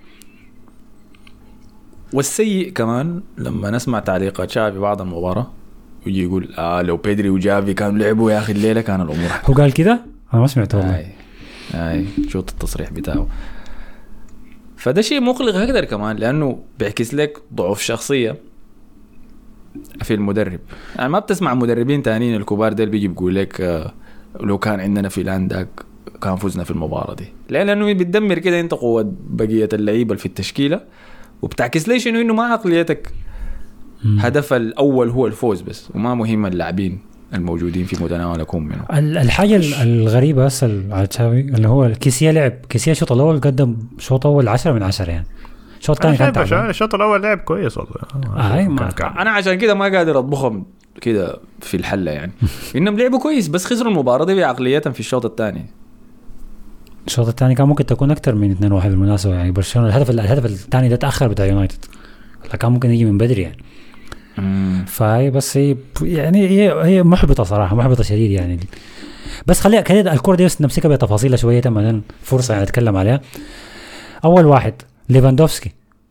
والسيء كمان لما نسمع تعليقات شافي بعد المباراة ويجي يقول لو بيدري وجافي كانوا لعبوا يا أخي الليلة كان الأمور هو قال كده أنا ما سمعته والله. شوط التصريح بتاعه. فده شيء مقلق أكثر كمان لأنه بيعكس لك ضعف شخصية في المدرب. يعني ما بتسمع مدربين تانيين الكبار ديل بيجي بيقول لك لو كان عندنا في لانداك كان فزنا في المباراة دي لأنه بتدمر كده أنت قوة بقية اللعيبة في التشكيلة وبتعكس ليش إنه ما عقليتك هدف الأول هو الفوز بس وما مهم اللاعبين الموجودين في متناولكم منه. الحاجة الغريبة أصل على تشافي اللي هو كيسيه الشوط الأول قدم شوط أول 10 من 10 يعني. الشوط الثاني كان تعبان. الشوط الأول لعب كويس والله. أنا عشان كده ما قادر أطبخهم كده في الحلة يعني. إنهم لعبوا كويس بس خسروا المباراة دي بعقليتهم في الشوط الثاني. الشوط الثاني كان ممكن تكون أكتر من 2-1 بالمناسبة يعني. برشلونة الهدف الثاني ده تأخر بتاع يونايتد كان ممكن يجي من بدري يعني. فهي بس هي محبطة صراحة محبطة شديد يعني. بس خليها كده الكرة دي بس نمسكها بتفاصيلها شوية مثلا فرصة يعني نتكلم عليها. أول واحد ليفاندوفسكي.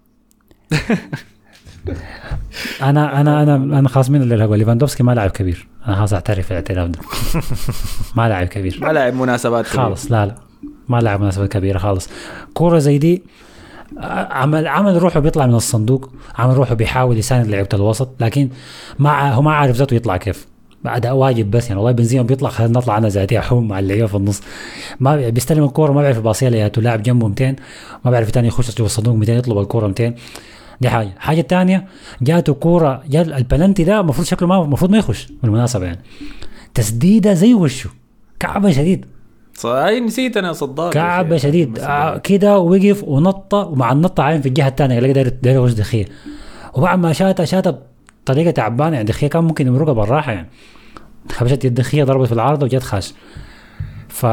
أنا خاص من اللي هو ليفاندوفسكي ما لاعب كبير. أنا خاص أعترف الاعتراف ده ما لاعب كبير ما لاعب مناسبات خالص. لا ما لاعب مناسبات كبيرة خالص. كرة زي دي عمل روحه بيطلع من الصندوق عمل روحه بيحاول يساند لعيبة الوسط لكن هو ما عارف ذاته يطلع كيف اداء واجب بس يعني والله بنزيما بيطلع خلينا نطلع انا ذاتي احوم مع اللعيبه في النص ما بيستلم الكوره ما بيعرف يباصيها لياته لاعب جنبه 200 ما بيعرف ثاني يخش جوا الصندوق 200 يطلب الكوره 200 دي حاجه الثانيه جاته كوره جاء البلنتي ده المفروض شكله ما المفروض ما يخش بالمناسبه يعني تسديده زي وشه كعبه شديد صحيح نسيت انا صدق كعبه شديد كده ووقف ونط ومع النطه عين في الجهه الثانيه لقى داير وش دخيه وبعد ما شاته بطريقه تعبانه يعني دخيه كان ممكن يمرقها بالراحه يعني خبشت الدخيه ضربت في العارضه وجت خاش ف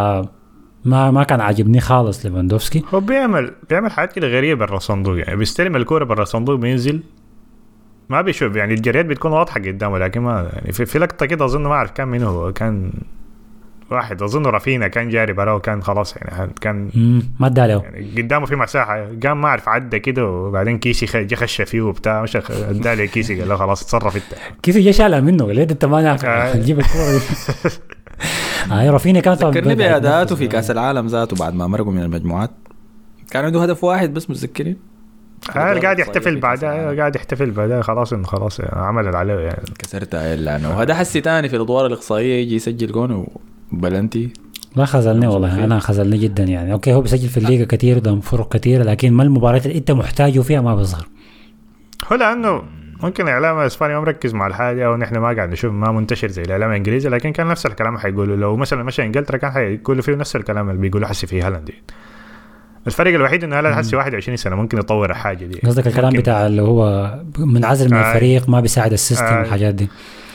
ما كان عاجبني خالص ليفاندوفسكي. هو بيعمل حاجات كده غريبه برا الصندوق يعني بيستلم الكوره برا الصندوق بينزل ما بيشوف يعني الجريات بتكون واضحه قدامه لكن ما يعني في لقطه كده اظن ما اعرف كان مين هو كان واحد اظن رافينا كان جاري براه وكان خلاص يعني كان ما اداله يعني قدامه في مساحه قام ما اعرف عدى كده وبعدين كيسي جه خش فيه وبتاع مش اداله كيسي قال له خلاص اتصرف انت كيسي جه شالها منه قال له انت ما نافع تجيب الكوره هاي رافينا كانت ذكرني بأداءاته في كاس العالم ذاته بعد ما مرقوا من المجموعات كان عنده هدف واحد بس متذكرين قاعد يحتفل بعدها خلاص انه خلاص يعني عمل اللي عليه يعني كسرتها اللعنه وهذا حسي تاني في الادوار الاقصائيه يجي يسجل جون وبلنتي ما خذلني والله انا خذلني جدا يعني اوكي هو بيسجل في الليغا كتير وده فرق كتير لكن ما المباريات اللي انت محتاجه فيها ما بيظهر هو لانه ممكن الاعلام الاسباني ما مركز مع الحاجه ونحن ما قاعد نشوف ما منتشر زي الاعلام الانجليزي لكن كان نفس الكلام حيقولوا لو مثلا مشى انجلترا كان حيقولوا فيه نفس الكلام اللي بيقولوا حسي في هالاند الفرق الوحيد انه هالاند حسي 21 سنه ممكن يطور الحاجه دي قصدك الكلام بتاع اللي هو منعزل من الفريق ما بيساعد السيستم الحاجات دي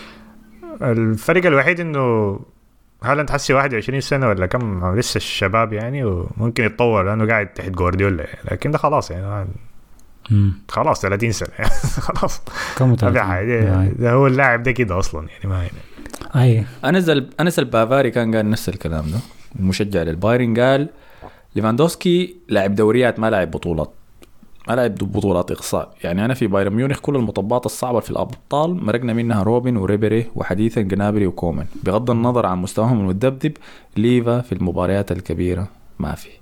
الفرق الوحيد انه هالاند حسي 21 سنه ولا كم لسه الشباب يعني وممكن يتطور لانه قاعد تحت جوارديولا لكن ده خلاص يعني خلاص 30 سنه يعني خلاص ده هو اللاعب ده كده اصلا يعني ما يعني انس البافاري كان قال نفس الكلام ده ومشجع للبايرن قال ليفاندوفسكي لاعب دوريات ما لاعب بطولات ما لاعب بطولات اقصاء يعني انا في بايرن ميونخ كل المطبات الصعبه في الابطال مرقنا منها روبن وريبيري وحديثا جنابري وكومان بغض النظر عن مستواهم المتذبذب ليفا في المباريات الكبيره ما في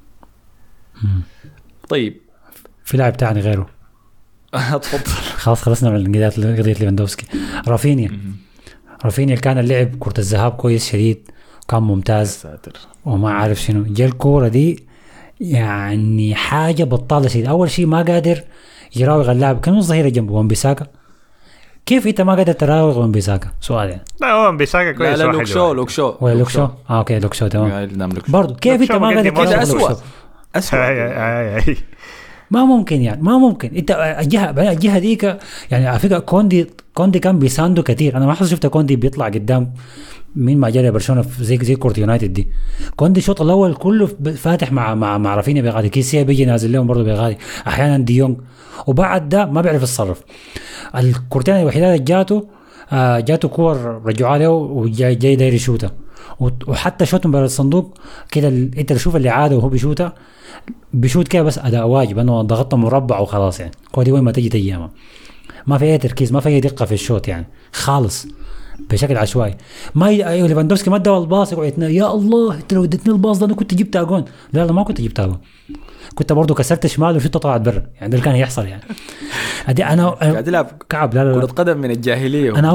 طيب في لاعب تاني غيره اتفضل خلاص خلصنا من قضيه ليفاندوفسكي رافينيا كان اللعب كرة الذهاب كويس شديد كان ممتاز وما عارف شنو جا الكورة دي يعني حاجة بطالة شديد أول شيء ما قادر يراوغ اللاعب كان الظهير جنبه وانبيساكا كيف انت ما قادر تراوغ وانبيساكا سؤال يعني لا هو انبيساكا كويس لا لوكشو اوكي لوكشو تمام برضو كيف انت ما قادر تراوغ أسوأ ما ممكن يعني ما ممكن انت الجهه ديك يعني على فكره كوندي كان بيساندو كتير انا ما حصل شفت كوندي بيطلع قدام مين ما جاري برشلونه زي كورت يونايتد دي كوندي الشوط الاول كله فاتح مع رافينيا بيغادي كيسيا بيجي نازل لهم برضه بيغادي احيانا ديونج وبعد ده ما بيعرف يتصرف الكورتين الوحيدات جاته كور رجعوا له وجاي داير يشوتها وحتى شوت من برا الصندوق كده انت تشوف اللي عاده وهو بيشوت كده بس اداء واجب انه ضغطه مربع وخلاص يعني كودي وين ما تجي ما في اي تركيز ما في اي دقه في الشوت يعني خالص بشكل عشوائي ما ايوه ليفاندوفسكي ما ادى الباص يقعد يا الله انت لو اديتني الباص ده انا كنت جبتها جون لا ما كنت جبتها جون كنت برضو كسرت شمال وشوت طلعت برا يعني ده كان يحصل يعني ادي انا قاعد العب كعب لا كرة قدم من الجاهليه انا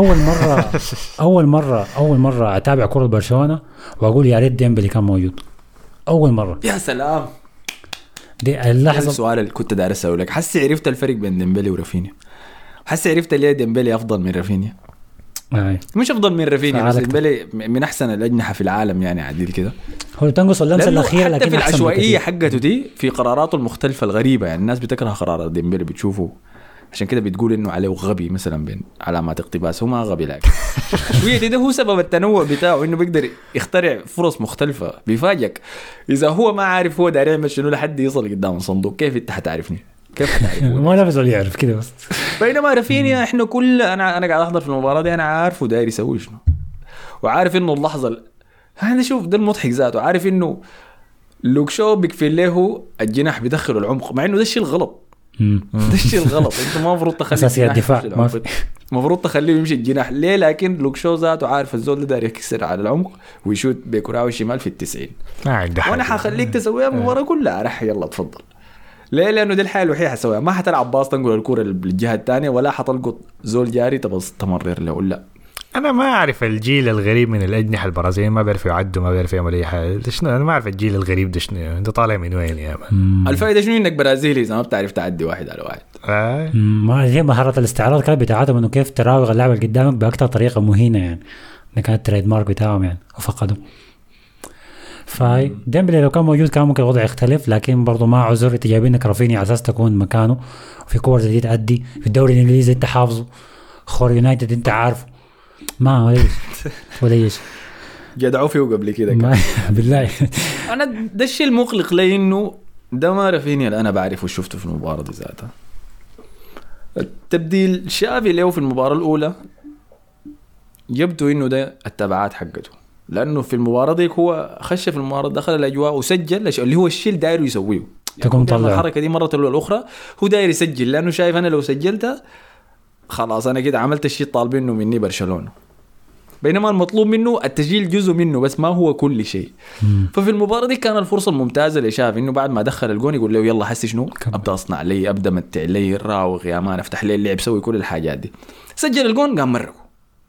اول مره اتابع كرة برشلونه واقول يا ريت ديمبلي كان موجود اول مره يا سلام دي اللحظه السؤال اللي كنت دارس اساله لك حسي عرفت الفرق بين ديمبلي ورافينيا حسي عرفت ليه ديمبلي افضل من رافينيا مش افضل من رافينيا بس ديمبلي من احسن الاجنحه في العالم يعني عديل كده هو تنقص اللمسه الاخيره لكن في العشوائيه حقته دي في قراراته المختلفه الغريبه يعني الناس بتكره قرارات ديمبلي بتشوفه عشان كده بتقول انه عليه غبي مثلا بين علامات اقتباس هو ما غبي لكن شويه ده هو سبب التنوع بتاعه انه بيقدر يخترع فرص مختلفه بيفاجئك اذا هو ما عارف هو داير يعمل شنو لحد يصل قدام الصندوق كيف انت حتعرفني كيف حتعرفه ما لابس ولا يعرف كده بس بينما رافينيا احنا كل انا قاعد احضر في المباراه دي انا عارفه داير يسوي شنو وعارف انه اللحظه هذا شوف ده المضحك ذاته عارف انه لوكشو بيكفي له الجناح بيدخل العمق مع انه ده الشيء الغلط ده الشيء الغلط انت ما المفروض تخلي اساسيات الدفاع المفروض تخليه يمشي الجناح ليه لكن لوكشو ذاته عارف الزول ده داير يكسر على العمق ويشوت بكراوي الشمال في 90 وانا حخليك تسويها المباراه كلها رح يلا تفضل ليه لانه دي الحاجه الوحيده حسويها ما حتلعب باص تنقل الكوره للجهه الثانيه ولا حتلقط زول جاري تبص تمرر له ولا انا ما اعرف الجيل الغريب من الاجنحه البرازيليين، ما بيعرفوا يعدوا، ما بيعرفوا يعملوا اي حاجه. شنو انا ما اعرف الجيل الغريب ده شنو، انت طالع من وين يا مان؟ الفائده شنو انك برازيلي اذا ما بتعرف تعدي واحد على واحد؟ ما هي مهاره الاستعراض كانت بتاعتهم، انه كيف تراوغ اللاعب اللي قدامك باكثر طريقه مهينه يعني. ده كانت التريد مارك بتاعهم يعني، وفقدوا. فاي ديمبلي لو كان موجود كان ممكن الوضع يختلف، لكن برضه ما عذر. انت جايبينك رافينيا على اساس تكون مكانه وفي كور زي دي تأدي في الدوري الانجليزي، انت حافظه. خور يونايتد انت عارفه ما ولا ايش جدعوا فيه قبل كده بالله. انا ده الشيء المقلق لي، انه ده ما رافينيا اللي انا بعرفه وشفته في المباراه دي ذاتها. التبديل شافي له في المباراه الاولى يبدو انه ده التبعات حقته، لانه في المباراه دي هو خش في المباراه، دخل الاجواء وسجل اللي هو الشيء اللي داير يسويه. تكون طلع الحركه دي مره الاخرى هو داير يسجل، لانه شايف انا لو سجلتها خلاص انا كده عملت الشيء طالبينه مني برشلونه. بينما المطلوب منه التسجيل جزء منه بس ما هو كل شيء. ففي المباراه دي كان الفرصه الممتازه لشافي انه بعد ما دخل الجون يقول له يلا حسي شنو ابدا اصنع لي، ابدا متع لي، راوغ يا مان، افتح لي اللعب، سوي كل الحاجات دي. سجل الجون قام مرقه.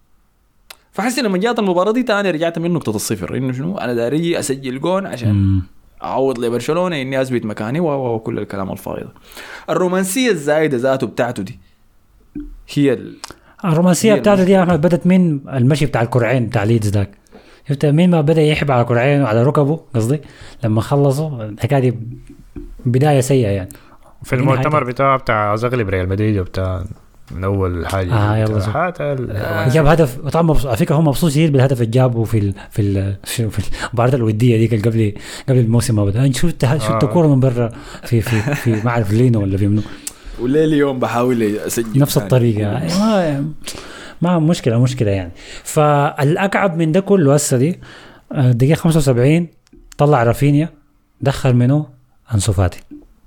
فحسي لما جات المباراه دي تاني رجعت من نقطه الصفر، انه شنو انا داري اسجل جون عشان اعوض لبرشلونه اني اثبت مكاني وكل الكلام الفاضي ده. الرومانسيه الزايده ذاته بتاعته دي هي الرومانسيه بتاعته دي احمد بدت من المشي بتاع الكرعين بتاع ليدز ذاك. شفت مين ما بدا يحب على كرعين وعلى ركبه، قصدي لما خلصوا الحكايه دي بدايه سيئه يعني. في المؤتمر بتاع زغلب ريال مدريد وبتاع من اول حاجه يلا جاب هدف. طبعا على فكره هم مبسوط جدا بالهدف اللي جابه في المباراه الوديه ديك قبل الموسم ما بدا. شفت الكوره من برا في ما اعرف لينو ولا في منو، وليه اليوم بحاول اسجل نفس الطريقه يعني. ما مشكله يعني. فالاكعب من ده كله هسه دي دقيقه 75 طلع رافينيا، دخل منه أنسو فاتي،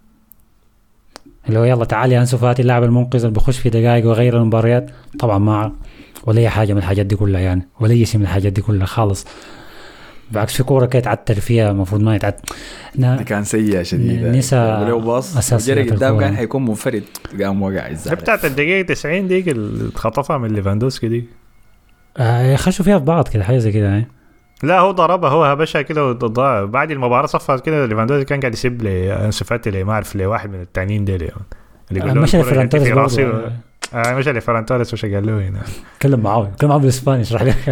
اللي هو يلا تعالي أنسو فاتي اللاعب المنقذ اللي بخش في دقائق وغير المباريات. طبعا ما ولا أي حاجه من الحاجات دي كلها يعني، ولا أي شيء من الحاجات دي كلها خالص. بعكس في كوره كانت عتر فيها المفروض ما يتعد. كان سيء شديد. نسا ولو باص جري قدام كان حيكون منفرد، قام وقع الزعل. بتاعت الدقيقه 90 ديك اللي خطفها من ليفاندوسكي دي خشوا فيها في بعض كده حاجه زي كده يعني. لا هو ضربها، هو هبشها كده وضاع. بعد المباراه صفت كده ليفاندوسكي كان قاعد يسب لأنسو فاتي اللي ما اعرف ليه واحد من التانيين ديل يعني. اللي يقول مش الفرنتوريس مش الفرنتوريس وش قال له هنا. كلم معاه بالاسباني اشرح لي.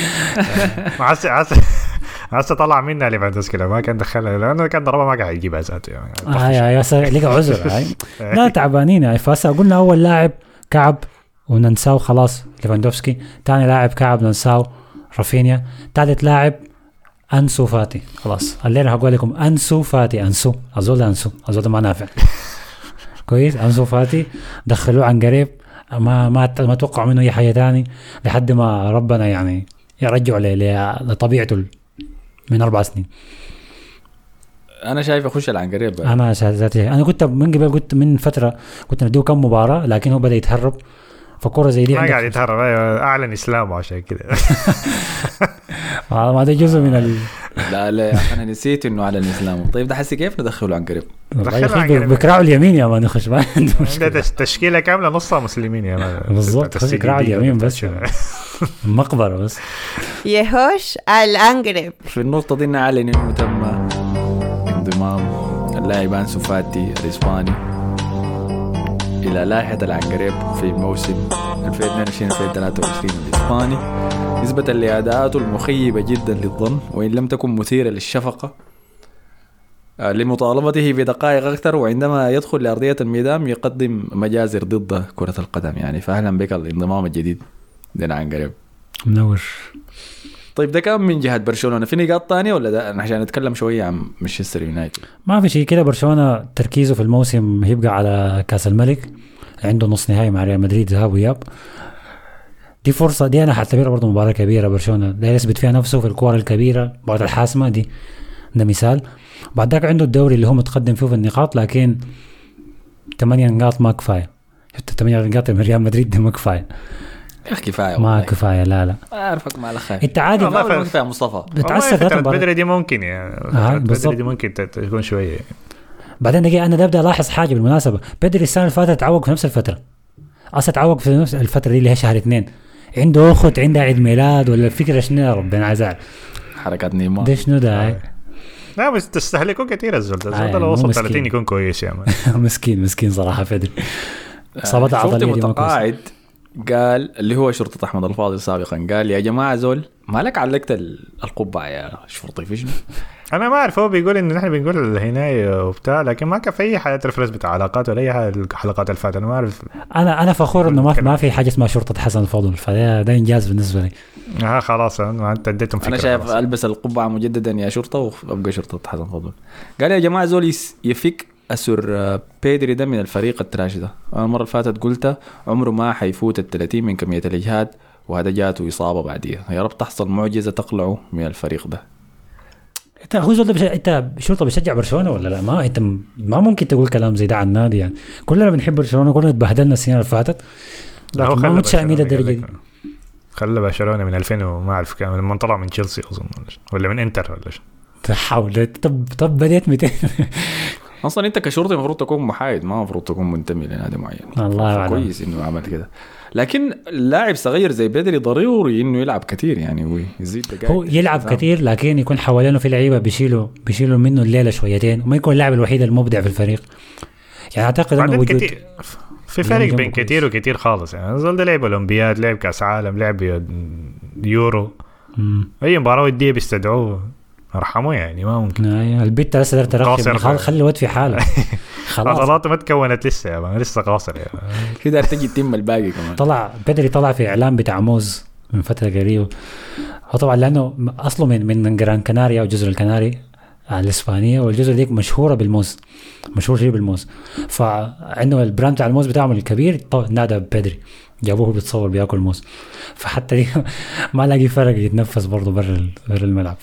عسى طلع منا ليفاندوسكي ما كان دخلها، لانه كان ضربه ما قاعد يجيبها ذاته يعني. يا لقى عذر لا تعبانين يعني. فاسا قلنا اول لاعب كعب وننساو خلاص ليفاندوفسكي، ثاني لاعب كعب ننساو رافينيا، ثالث لاعب أنسو فاتي. خلاص الليله هقول لكم أنسو فاتي. أنسو أظن ما نافع كويس. أنسو فاتي دخلوه عن قريب، ما توقعوا منه اي حاجه ثاني لحد ما ربنا يعني يرجعوا لطبيعته من 4 سنين. انا شايف اخش العنقريب. انا كنت من قبل، قلت من فتره كنت نديه كم مباراه، لكن هو بدا يتهرب. فكره زي دي ما قاعد يتهرب، اعلن اسلامه عشان كده. ما ده جزء من لا انا نسيت انه على الاسلام. طيب ده حسي كيف ندخله عنقريب؟ بكراعوا اليمين يا ما نخش ما عنده مشكله. تشكيله كامله نصها مسلمين يا ما بالضبط. بكراعوا اليمين بس مقبره بس يهوش العنقريب. في النقطه دي نعلن انه تم انضمام اللاعب أنسو فاتي الاسباني الى لائحه العنقريب في موسم 2022-2023 الاسباني، نسبة لأداءاته المخيبة جدا للظن وإن لم تكن مثيرة للشفقة، لمطالبته بدقائق أكثر، وعندما يدخل لأرضية الميدان يقدم مجازر ضد كرة القدم يعني. فأهلا بك الانضمام الجديد لنا عن قريب. منور. طيب ده كان من جهة برشلونة. في نقاط تانية ولا ده عشان نتكلم شوية عن مانشستر يونايتد؟ ما في شيء كده. برشلونة تركيزه في الموسم هيبقى على كأس الملك، عنده نص نهائي مع ريال مدريد ذهاب وإياب. دي فرصة دي أنا حعتبرها برضو مباراة كبيرة. برشلونة ده يثبت فيها نفسه في الكورة الكبيرة، مباراة الحاسمة دي ده مثال. بعد ذاك عنده الدوري اللي هو متقدم فيه في النقاط، لكن 8 نقاط ما كفاية. 8 نقاط من ريال مدريد ده ما كفاية. كفاية ما كفاية. لا أعرفك ما لخير. أنت عادي ما كفاية مصطفى. بتعسر بدري دي ممكن يعني. بدري دي ممكن تكون شوية. بعدين نجي أنا أبدأ ألاحظ حاجة بالمناسبة. بدري السنة اللي فاتت تعوق في نفس الفترة. أصلا تعوق في نفس الفترة دي اللي هي شهر 2. عنده اخت عندها عيد ميلاد ولا الفكره شنو يا ربنا عايز حركات نيمار ده شنو ده لا بس تستهلكوا كثير الزول ده لو وصل 30 يكون كويس يا مان. مسكين صراحه فدري اصابات عضليه دي متقاعد قال اللي هو شرطة أحمد الفاضل سابقا قال يا جماعة زول ما لك علقت القبعة يا شرطي فيش. أنا ما أعرف هو بيقول إن نحن بنقول الهناية وبتاع لكن ما كان في أي حاجة ريفرنس بتاع علاقات ولا أي حاجة الحلقات الفاتة أنا ما أعرف. أنا فخور إنه ما في حاجة اسمها شرطة حسن الفاضل فده إنجاز بالنسبة لي. خلاص أنت اديتهم فكرة. أنا شايف ألبس القبعة مجددا يا شرطة وأبقى شرطة حسن الفاضل. قال يا جماعة زول يفك أسر بيدري ده من الفريق التراشي ده. أنا المرة اللي فاتت قلت عمره ما حيفوت 30 من كمية الإجهاد وهذا جاته إصابة بعديها. يا رب تحصل معجزة تقلعه من الفريق ده. انت هو زول انت شرطه بشجع برشلونه ولا لا؟ ما انت ما ممكن تقول كلام زي ده عن النادي يعني. كلنا بنحب برشلونه كلنا اتبهدلنا السنين اللي فاتت. لا هو ما متشائمين للدرجه دي. خلى برشلونه من 2000 وما اعرف كم لما طلع من تشيلسي اظن ولا من انتر ولا شو. تحاول طب بديت 200 اصلا انت كشرطي المفروض تكون محايد ما المفروض تكون منتمي لنادي معين. الله كويس انه عمل كده لكن اللاعب صغير زي بدري ضروري انه يلعب كثير يعني ويزيد دقائق. هو يلعب كثير لكن يكون حوالينه في لعيبه بيشيلوا منه الليله شويتين وما يكون اللاعب الوحيد المبدع في الفريق يعني. اعتقد انه وجود في فرق بين كثير وكثير خالص يعني. زول ده لعب اولمبياد لعب كاس عالم لعب يورو اي مباراه وديه بيستدعوه ارحمه يعني ما ممكن. البيت لسه دار ترقب خلي الواد في حاله خلاص عضلاته ما تكونت لسه يا مان لسه قاصر يا كده تجي تتم الباقي كمان. بدري طلع في اعلان بتاع موز من فتره قريبه. هو طبعا لانه اصله من جران كناريا وجزر الكناري الاسبانيه والجزر ديك مشهوره بالموز مشهور شيء بالموز فعنده البراند بتاع الموز بتاعهم الكبير نادى بدري جابوه بيتصور بياكل موز فحتى دي ما لاقي فرق يتنفس برضه برا الملعب.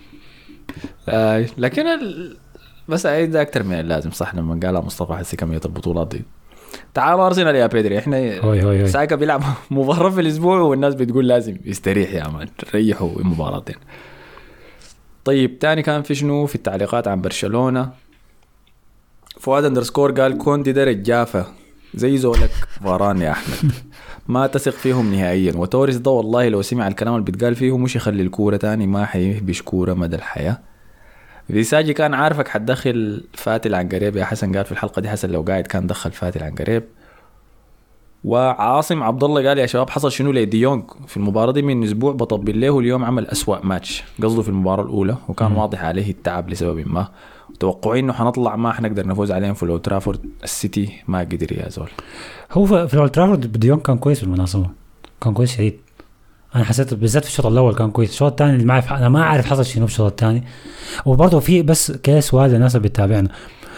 لكن بس عيد اكتر من اللازم صح لما قالها مصطفى حسي كميه البطولات دي. تعال ارسنال يا بيدري احنا ساكا بيلعب مباراه في الاسبوع والناس بتقول لازم يستريح يا مان ريحوا مباراتين. طيب تاني كان في شنو في التعليقات عن برشلونه. فؤاد _ قال كوندي ده رجافه زي زولك فاران يا احمد ما تثق فيهم نهائيا. وتوريس ده والله لو سمع الكلام اللي بيتقال فيه مش يخلي الكوره تاني ما حيهبش كوره مدى الحياه. فيساجي كان عارفك حتدخل فاتي العنقريب يا حسن قال في الحلقه دي حسن لو قاعد كان دخل فاتي العنقريب. وعاصم عبد الله قال يا شباب حصل شنو لديونج في المباراه دي من اسبوع بطبل له واليوم عمل أسوأ ماتش قصده في المباراه الاولى وكان واضح عليه التعب لسبب ما. توقعين انه حنطلع ما حنقدر نفوز عليهم في الأولد ترافورد. السيتي ما قدر يا زول. هو في الأولد ترافورد ديونج كان كويس بالمناسبه كان كويس شديد. انا حسيت بالذات في الشوط الاول كان كويس. الشوط الثاني ما اعرف انا ما اعرف حصل شنو في الشوط الثاني. وبرضه في بس كيس سؤال للناس اللي بتتابعنا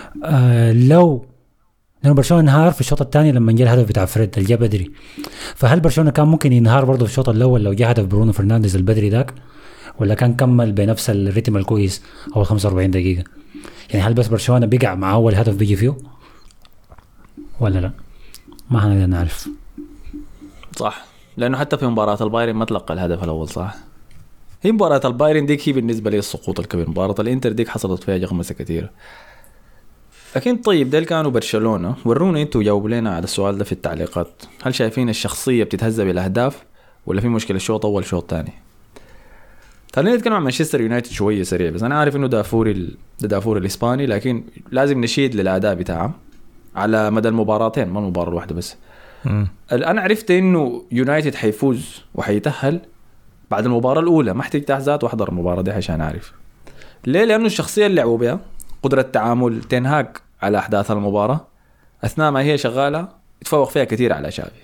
لو برشلونه انهار في الشوط الثاني لما جاء الهدف بتاع فريد اللي جاء بدري فهل برشلونه كان ممكن ينهار برضه في الشوط الاول لو جاء هدف برونو فرنانديز البدري ذاك ولا كان كمل بنفس الريتم الكويس اول 45 دقيقه يعني هل بس برشلونه بيقع مع اول هدف بيجي فيه ولا لا ما هنقدر نعرف. صح لانه حتى في مباراه البايرن ما تلقى الهدف الاول صح. هي مباراه البايرن ديك هي بالنسبه لي السقوط الكبير. مباراه الانتر ديك حصلت فيها جغمسه كثيره. لكن طيب ديل كانوا برشلونه ورونا انتوا جاوبوا لنا على السؤال ده في التعليقات. هل شايفين الشخصيه بتتهز بالاهداف ولا في مشكله الشوط اول شوط ثاني؟ خلينا نتكلم عن مانشستر يونايتد شويه سريع. بس انا عارف انه دافور الاسباني لكن لازم نشيد للاداء بتاعه على مدى المباراتين ما المباراه الواحده بس. انا عرفت انه يونايتد حيفوز وحيتأهل بعد المباراه الاولى ما احتاج تحزات واحضر المباراه دي عشان اعرف ليه. لانه الشخصيه اللي لعبوا بها قدره تعامل تنهاج على احداث المباراه اثناء ما هي شغاله يتفوق فيها كثير على شافي.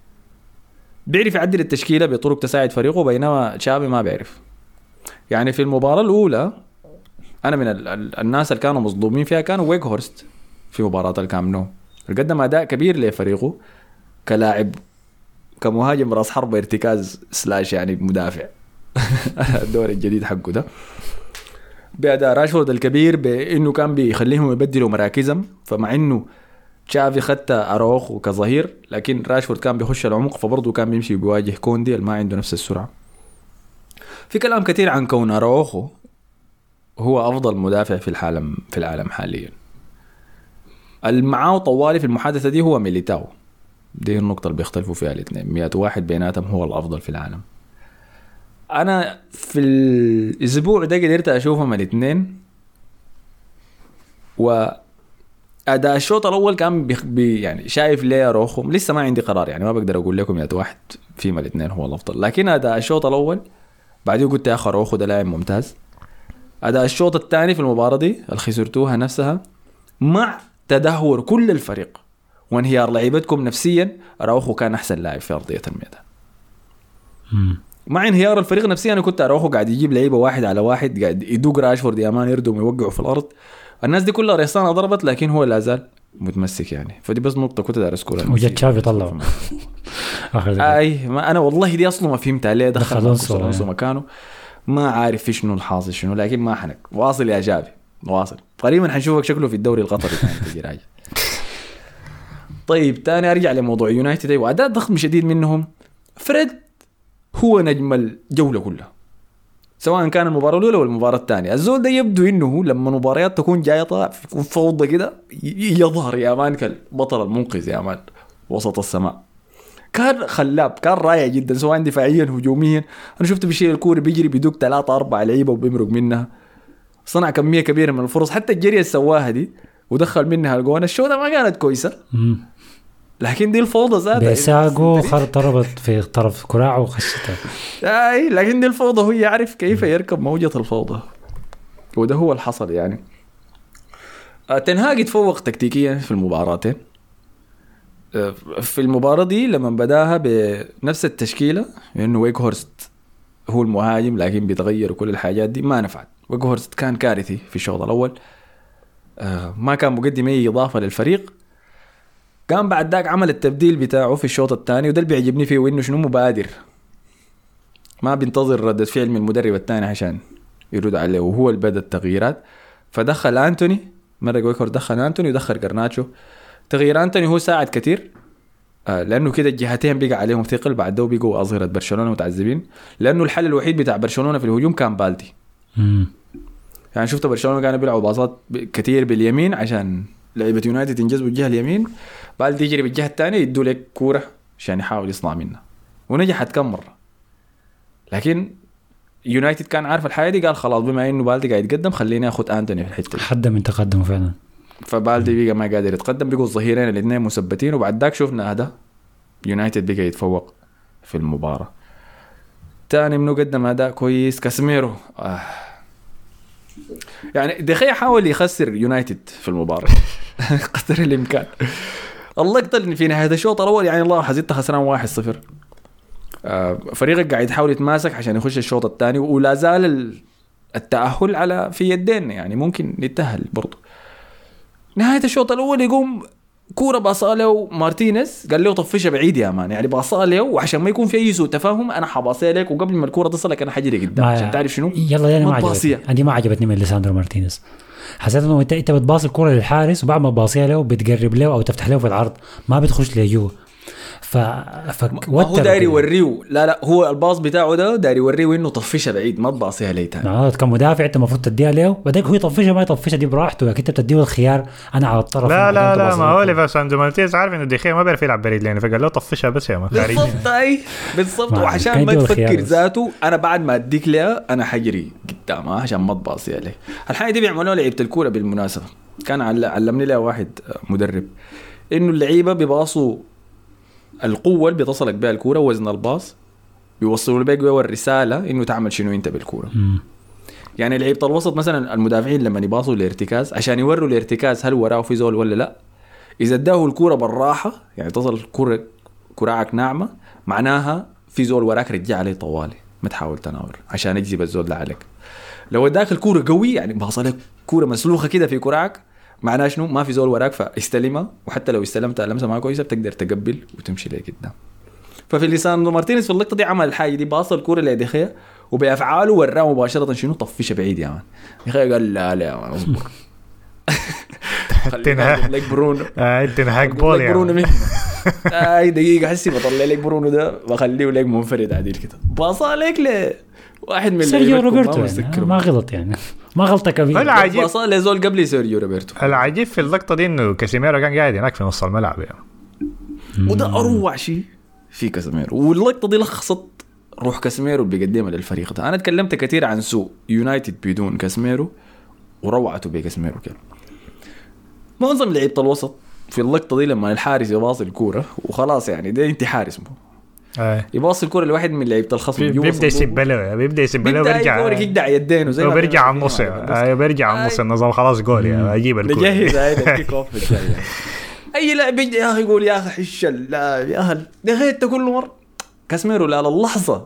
بيعرف يعدل التشكيله بطرق تساعد فريقه بينما شافي ما بيعرف. يعني في المباراه الاولى انا من الناس اللي كانوا مصدومين فيها كانوا ويغهورست في مباراه الكامب نو قدم اداء كبير لفريقه كلاعب كمهاجم راس حربة ارتكاز سلاش يعني مدافع الدور الجديد حقه ده بأداء راشفورد الكبير بأنه كان بيخليهم يبدلوا مراكزهم. فمع أنه تشافي خدت أروخو كظهير لكن راشفورد كان بيخش العمق فبرضه كان بيمشي بيواجه كوندي اللي ما عنده نفس السرعة. في كلام كثير عن كون أروخو هو أفضل مدافع في العالم حاليا. المعاو طوالي في المحادثة دي هو ميليتاو دي النقطة اللي بيختلفوا فيها الاثنين. 100 واحد بيناتهم هو الأفضل في العالم. أنا في الأسبوع ده قدرت أشوفهم الاثنين، وأداء الشوط الأول كان يعني شايف ليه أروخهم. لسه ما عندي قرار يعني، ما بقدر أقول لكم 100 واحد فيما الاثنين هو الأفضل، لكن أداء الشوط الأول بعدين قلت يا أخي أروخو ده لاعب ممتاز. أداء الشوط الثاني في المباراة دي اللي خسرتوها نفسها مع تدهور كل الفريق وانهيار لعيبتكم نفسيا، أراوخو كان أحسن لاعب في أرضية الميدان. مع انهيار الفريق نفسيا أنا كنت أراوخو قاعد يجيب لعيبة واحد على واحد، قاعد يدوق راشفورد يا مان يردهم يوقعوا في الأرض. الناس دي كلها ريسانة ضربت لكن هو لا زال متمسك يعني. فدي بس نقطة كنت دارس كلها. وجت تشافي طلعوا أي ما أنا والله دي أصلا ما فهمتها ليه دخل ألونسو مكانه. ما عارف في شنو الحاصل شنو، لكن ما حنك واصل يا جافي واصل. قريبا حنشوفك شكله في الدوري القطري تجي راجع. طيب تاني ارجع لموضوع يونايتد واداء ضخم شديد منهم. فريد هو نجم الجوله كلها سواء كان المباراه الاولى ولا المباراه الثانيه. الزول ده يبدو انه لما مباريات تكون جايه يكون فوضى كده يظهر يا مان كالبطل المنقذ يا مان وسط السماء. كان خلاب، كان رائع جدا سواء دفاعيا هجوميا. انا شفته بيشيل الكوره بيجري بيدوق 3-4 لعيبه وبيمرق منها، صنع كميه كبيره من الفرص. حتى الجريه السواها دي ودخل منها الجون. الشوطه ما كانت كويسه لكن دي الفوضى ذاتها بيساقو ضربت في طرف كراعه وخشتها. اي لكن دي الفوضى هو يعرف كيف يركب موجة الفوضى، وده هو الحصل يعني. تنهاج يتفوق تكتيكيا في المباراتين. في المباراة دي لما بداها بنفس التشكيلة انه ويغهورست هو المهاجم لكن بيتغير وكل الحاجات دي ما نفعت. ويغهورست كان كارثي في الشوط الاول، ما كان مقدم اي اضافة للفريق. كان بعد ذاك عمل التبديل بتاعه في الشوط الثاني وده اللي بيعجبني فيه، وانه شنو مبادر، ما بينتظر ردة فعل من المدرب الثاني عشان يرد عليه، وهو اللي بدا التغييرات. فدخل أنتوني مرة ويكور، دخل أنتوني ودخل غرناتشو. تغيير أنتوني هو ساعد كتير لأنه كده الجهتين بقى عليهم ثقل، بعد ده بقوا أظهرة برشلونة متعذبين، لأنه الحل الوحيد بتاع برشلونة في الهجوم كان بالدي. يعني شفت برشلونة كانوا بيلعبوا باصات كتير باليمين عشان لعيبة يونايتد ينجذبوا الجهة اليمين، بالدي يجري بالجهة الثانية يدوا لك كورة عشان يحاول يصنع منها، ونجحت كم مرة. لكن يونايتد كان عارف الحاجة دي، قال خلاص بما انه بالدي قاعد يتقدم خليني اخد أنتوني في الحتة دي. حد من تقدمه فعلا. فبالدي بقى ما قادر يتقدم، بقوا الظهيرين الاثنين مثبتين، وبعد ذاك شفنا هذا يونايتد بقى يتفوق في المباراة. تاني منو قدم أداء كويس؟ كاسميرو. يعني دخيا حاول يخسر يونايتد في المباراة قدر الإمكان. الله يقتل في نهاية الشوط الأول يعني الله حزيت خسران 1-0. فريقك قاعد يحاول يتماسك عشان يخش الشوط الثاني، ولا زال التأهل على في يدين، يعني ممكن يتأهل برضو. نهاية الشوط الأول يقوم كورة باصاله مارتينيز، قال له طفشها بعيد يا مان، يعني باصاله وعشان ما يكون في أي سوء تفاهم أنا حباصيها لك، وقبل ما الكورة تصلك أنا حجري قدام عشان تعرف شنو. يلا يعني ما عجبتني، عندي ما عجبتني من ليساندرو مارتينيز. حسيت إنه أنت بتباص الكورة للحارس وبعد ما باصيها له بتقرب له أو تفتح له في العرض، ما بتخش لجوا. هو داري يوريه، لا هو الباص بتاعه ده داري يوريه انه طفشها بعيد ما تباصيها ليه تاني. كمدافع انت المفروض تديها له، بعدين هو يطفشها ما يطفشها دي براحته، لكن انت بتديه الخيار انا على الطرف. لا ما هو ليفاساندو مارتينيز عارف انه دخيا ما بيعرف يلعب بريد لانه فقال له طفشها بس يا ما بالضبط. وعشان ما تفكر ذاته انا بعد ما اديك لها انا حجري قدامها عشان ما تباصيها ليه. الحاجه دي بيعملوها لعيبه الكوره بالمناسبه، كان علمني لها واحد مدرب انه اللعيبه بيباصوا القوة اللي بتصلك بها الكورة، وزن الباص بيوصلوا لك بها الرسالة إنه تعمل شنو أنت بالكورة. يعني لعيبة الوسط مثلا المدافعين لما يباصوا الارتكاز عشان يوروا الارتكاز هل وراه في زول ولا لا، إذا اداه الكورة بالراحة يعني تصل الكورة كراعك ناعمة معناها في زول وراك رجع عليه طوالي، ما تحاول تناور عشان يجذب الزول ده عليك. لو اداك الكورة قوي يعني باصلك كورة مسلوخة كده في كراعك معناه شنو ما في زول وراك فاستلمها، وحتى لو استلمتها لمسه ما كويسه بتقدر تقبل وتمشي ليه قدام. ففي ليساندرو مارتينيز في اللقطه دي عمل الحاجه دي، باص الكوره لدخيا وبافعاله وراه مباشره شنو طفشه بعيد يا مان. دخيا قال لا يا مان اصبر خلينا لك برونو تنهاك بول يا برونو اي دقيقه حسي بطلع لك برونو ده بخليه لك منفرد عديل كده، باص عليك ل واحد من سيرجيو روبرتو ما غلط يعني ما غلطه كبيره. العجيب باص لزول قبل سيرجيو روبرتو. العجيب في اللقطه دي انه كاسيميرو كان قاعد هناك في نص الملعب يعني. وده اروع شيء في كاسيميرو. واللقطه دي لخصت روح كاسيميرو اللي بيقدمها للفريق ده. انا تكلمت كثير عن سوء يونايتد بدون كاسيميرو وروعته بكاسيميرو كده. معظم لعيبه الوسط في اللقطه دي لما الحارس يواصل الكوره وخلاص يعني ده انت حارس يباص الكرة لواحد من لعيبة الخصم بيبدأ يسبله ويرجع يقدع يدينه زي وبيرجع على النص بيرجع على النص النظام خلاص جول يعني اجيب الكرة نجهز هذا الكيك اوف الجاي. اي لاعب يا اخي يقول يا اخي حش لا يا اهل دخيت كل مره كاسميرو لا اللحظه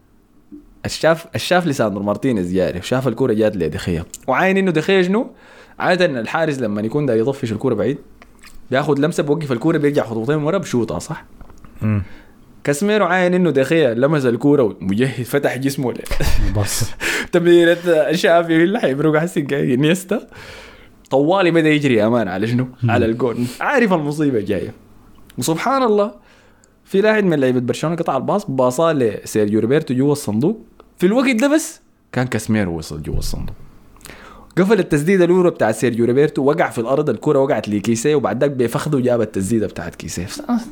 الشاف لساندرو مارتينيز جاري وشاف الكرة جات لدخيا وعاين انه دخيا شنو عاده الحارس لما يكون دا يطفش الكرة بعيد بياخد لمسه بوقف الكرة بيرجع خطوتين ورا بشوطها صح. كاسميرو عاين انه دخيا لمس الكوره ومجهز فتح جسمه بس تمريره الشافي اللي حيبرق حسين جاي نيستا طوالي بدا يجري امان على شنو على الجول عارف المصيبه جايه. وسبحان الله في لاعب من لعيبه برشلونه قطع الباص باصا لسيرجيو روبرتو جوا الصندوق في الوقت ده بس كان كاسميرو وصل جوا الصندوق قفل التسديده الاولى بتاع سيرجيو روبرتو وقع في الارض الكره وقعت لكيسيه وبعد ذاك بيفخذوا جاب التسديده بتاعت كيسيه.